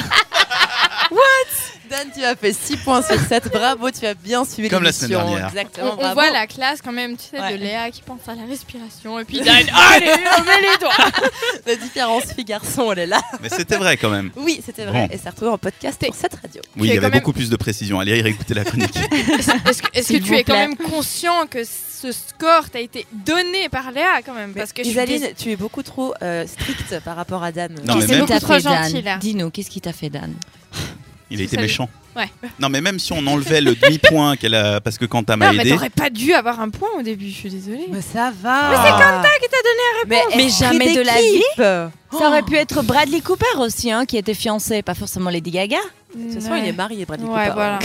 Dan, tu as fait six points sur sept. Bravo, tu as bien suivi Comme la l'émission. semaine dernière. Exactement, On, on bravo. voit la classe quand même, tu sais, Ouais. de Léa qui pense à la respiration et puis Dan, allez, on met les doigts. La différence fille-garçon, elle est là. Mais c'était vrai quand même. Oui, c'était vrai. Bon. Et c'est retrouvé en podcast pour cette radio. Oui, il es y avait quand même- beaucoup plus de précision. Allez réécouter la chronique. Est-ce que, est-ce que S'il tu vous es quand plaît. même conscient que ce score t'a été donné par Léa quand même? Parce que je suis Isaline, dés- tu es beaucoup trop euh, stricte par rapport à Dan. Non, mais c'est même- beaucoup Qu'est-ce trop qu'il t'a fait, gentil, là. Dan? Dis-nous, qu'est-ce qui t'a fait, Dan? Il a été Ça lui- méchant. Ouais. Non, mais même si on enlevait le demi-point qu'elle a, parce que Quentin m'a Non, mais aidé. t'aurais pas dû avoir un point au début, je suis désolée. Mais ça va. Mais c'est Quentin qui t'a donné la réponse. Mais, Mais esprit jamais de la vie. d'équipe. Ça aurait pu être Bradley Cooper aussi, hein, qui était fiancé, pas forcément Lady Gaga. De toute façon, il est marié, Bradley Ouais, Cooper. voilà.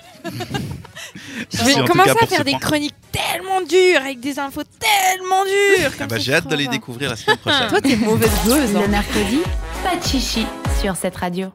Je Si, vais en tout commencer cas, à pour faire ce des point. chroniques tellement dures, avec des infos tellement dures. Ah comme bah, ça, j'ai tu hâte de les feras pas. découvrir la semaine prochaine. Toi, t'es mauvaise joueuse. Le hein. mercredi, pas de chichi sur cette radio.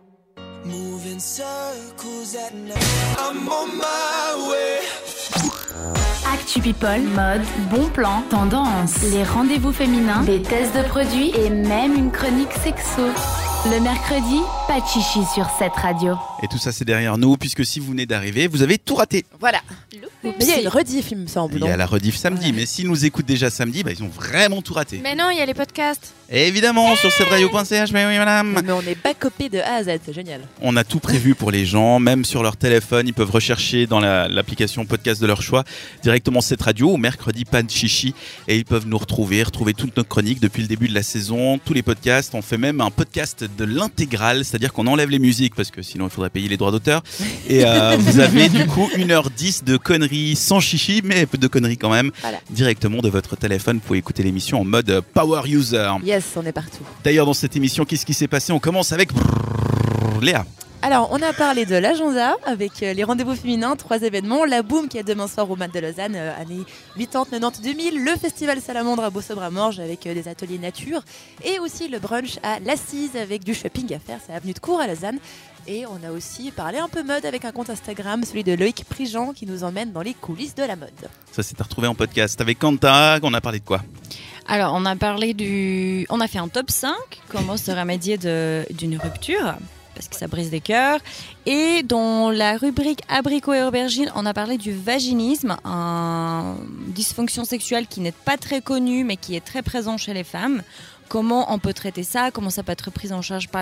Actu People, mode, bon plan, tendance, les rendez-vous féminins, des tests de produits et même une chronique sexo. Le mercredi, pas de chichi sur cette radio. Et tout ça, c'est derrière nous, puisque si vous venez d'arriver, vous avez tout raté. Voilà. Mais il y a une rediff, il me semble. Il y a la rediff samedi, mais s'ils nous écoutent déjà samedi, bah, ils ont vraiment tout raté. Mais non, il y a les podcasts. Et évidemment, sur cette radio point c h, mais oui, madame. Mais on est backupé de A à Z, c'est génial. On a tout prévu pour les gens, même sur leur téléphone, ils peuvent rechercher dans la- l'application podcast de leur choix directement cette radio ou mercredi pas de chichi et ils peuvent nous retrouver, retrouver toutes nos chroniques depuis le début de la saison, tous les podcasts. On fait même un podcast de l'intégrale, c'est-à-dire qu'on enlève les musiques parce que sinon il faudrait payer les droits d'auteur. Et euh, vous avez du coup une heure dix de conneries sans chichi, mais peu de conneries quand même, Voilà. directement de votre téléphone. Vous pouvez écouter l'émission en mode power user. Yes, on est partout. D'ailleurs, dans cette émission, qu'est-ce qui s'est passé? On commence avec Léa. Alors, on a parlé de l'agenda avec euh, les rendez-vous féminins, trois événements. La Boom qui est demain soir au Mat de Lausanne, euh, années quatre-vingt-dix, quatre-vingt-dix, deux mille. Le Festival Salamandre à Beau-Sobre-à-Morges avec euh, des ateliers nature. Et aussi le brunch à l'Assise avec du shopping à faire. C'est avenue de Cour à Lausanne. Et on a aussi parlé un peu mode avec un compte Instagram, celui de Loïc Prigent qui nous emmène dans les coulisses de la mode. Ça s'est retrouvé en podcast avec Quentin. On a parlé de quoi? Alors, on a parlé du. On a fait un top cinq, comment se remédier de- d'une rupture, parce que ça brise des cœurs. Et dans la rubrique abricot et aubergine, on a parlé du vaginisme, une dysfonction sexuelle qui n'est pas très connue, mais qui est très présent chez les femmes. Comment on peut traiter ça, comment ça peut être pris en charge par les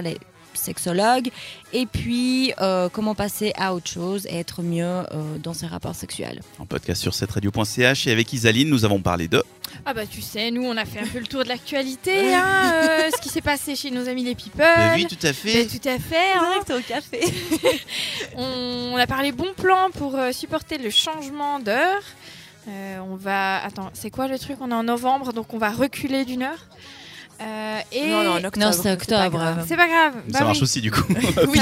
sexologue. Et puis, euh, comment passer à autre chose et être mieux euh, dans ses rapports sexuels. En podcast sur sept radio point c h et avec Isaline, nous avons parlé de... Ah bah tu sais, nous on a fait un peu le tour de l'actualité, hein, euh, ce qui s'est passé chez nos amis les people. Bah oui, tout à fait. Bah, tout à fait. Hein. Direct au café. on, on a parlé bon plan pour euh, supporter le changement d'heure. Euh, on va... Attends, c'est quoi le truc? On est en novembre, donc on va reculer d'une heure. Euh, et... Non, non, en octobre. Non, c'est octobre. C'est pas grave. Ça bah marche oui. aussi du coup. Oui.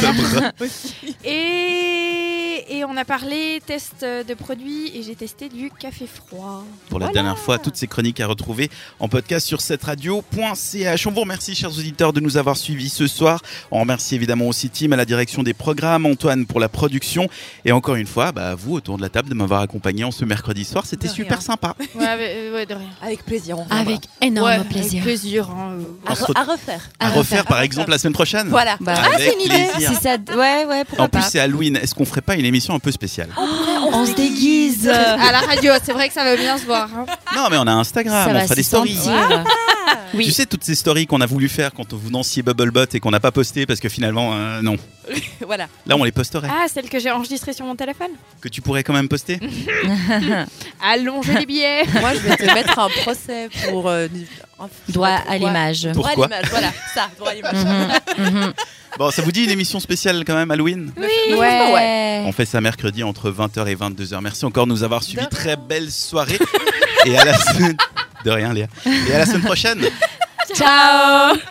et... et on a parlé test de produits et j'ai testé du café froid. Pour la Voilà. dernière fois, toutes ces chroniques à retrouver en podcast sur sept radio point c h. On vous remercie, chers auditeurs, de nous avoir suivis ce soir. On remercie évidemment aussi Tim à la direction des programmes, Antoine pour la production. Et encore une fois, bah, vous autour de la table de m'avoir accompagné en ce mercredi soir. C'était De super rien. sympa. Ouais, avec- euh, ouais, de rien. Avec plaisir. On reviendra. Avec énorme Ouais, plaisir. Avec plaisir. hein, euh. À, On se re- re- à refaire. À, À refaire, refaire. par exemple la semaine prochaine. Voilà. Bah, Avec c'est une idée. plaisir. Si ça... Ouais, ouais, pourquoi En plus, pas. c'est Halloween. Est-ce qu'on ferait pas une émission un peu spéciale? On se déguise. À la radio, c'est vrai que ça va bien se voir. hein. Non, mais on a Instagram, Ça on va fera s'y des stories. sentir. Oui. Tu sais, toutes ces stories qu'on a voulu faire quand vous danciez Bubblebot et qu'on n'a pas posté parce que finalement, euh, non. Voilà. Là, on les posterait. Ah, celle que j'ai enregistrée sur mon téléphone. Que tu pourrais quand même poster. Allongez les billets. Moi, je vais te mettre un procès pour euh, un- Droit à Ouais. l'image. Droit à Pourquoi l'image, voilà. Ça, droit à l'image. Mhm, mhm. Bon, ça vous dit une émission spéciale quand même, Halloween? Oui. Ouais. On fait ça mercredi entre vingt heures et vingt-deux heures. Merci encore de nous avoir suivis. De rien. Très belle soirée. Et à la semaine... De rien, Léa. Et à la semaine prochaine. Ciao.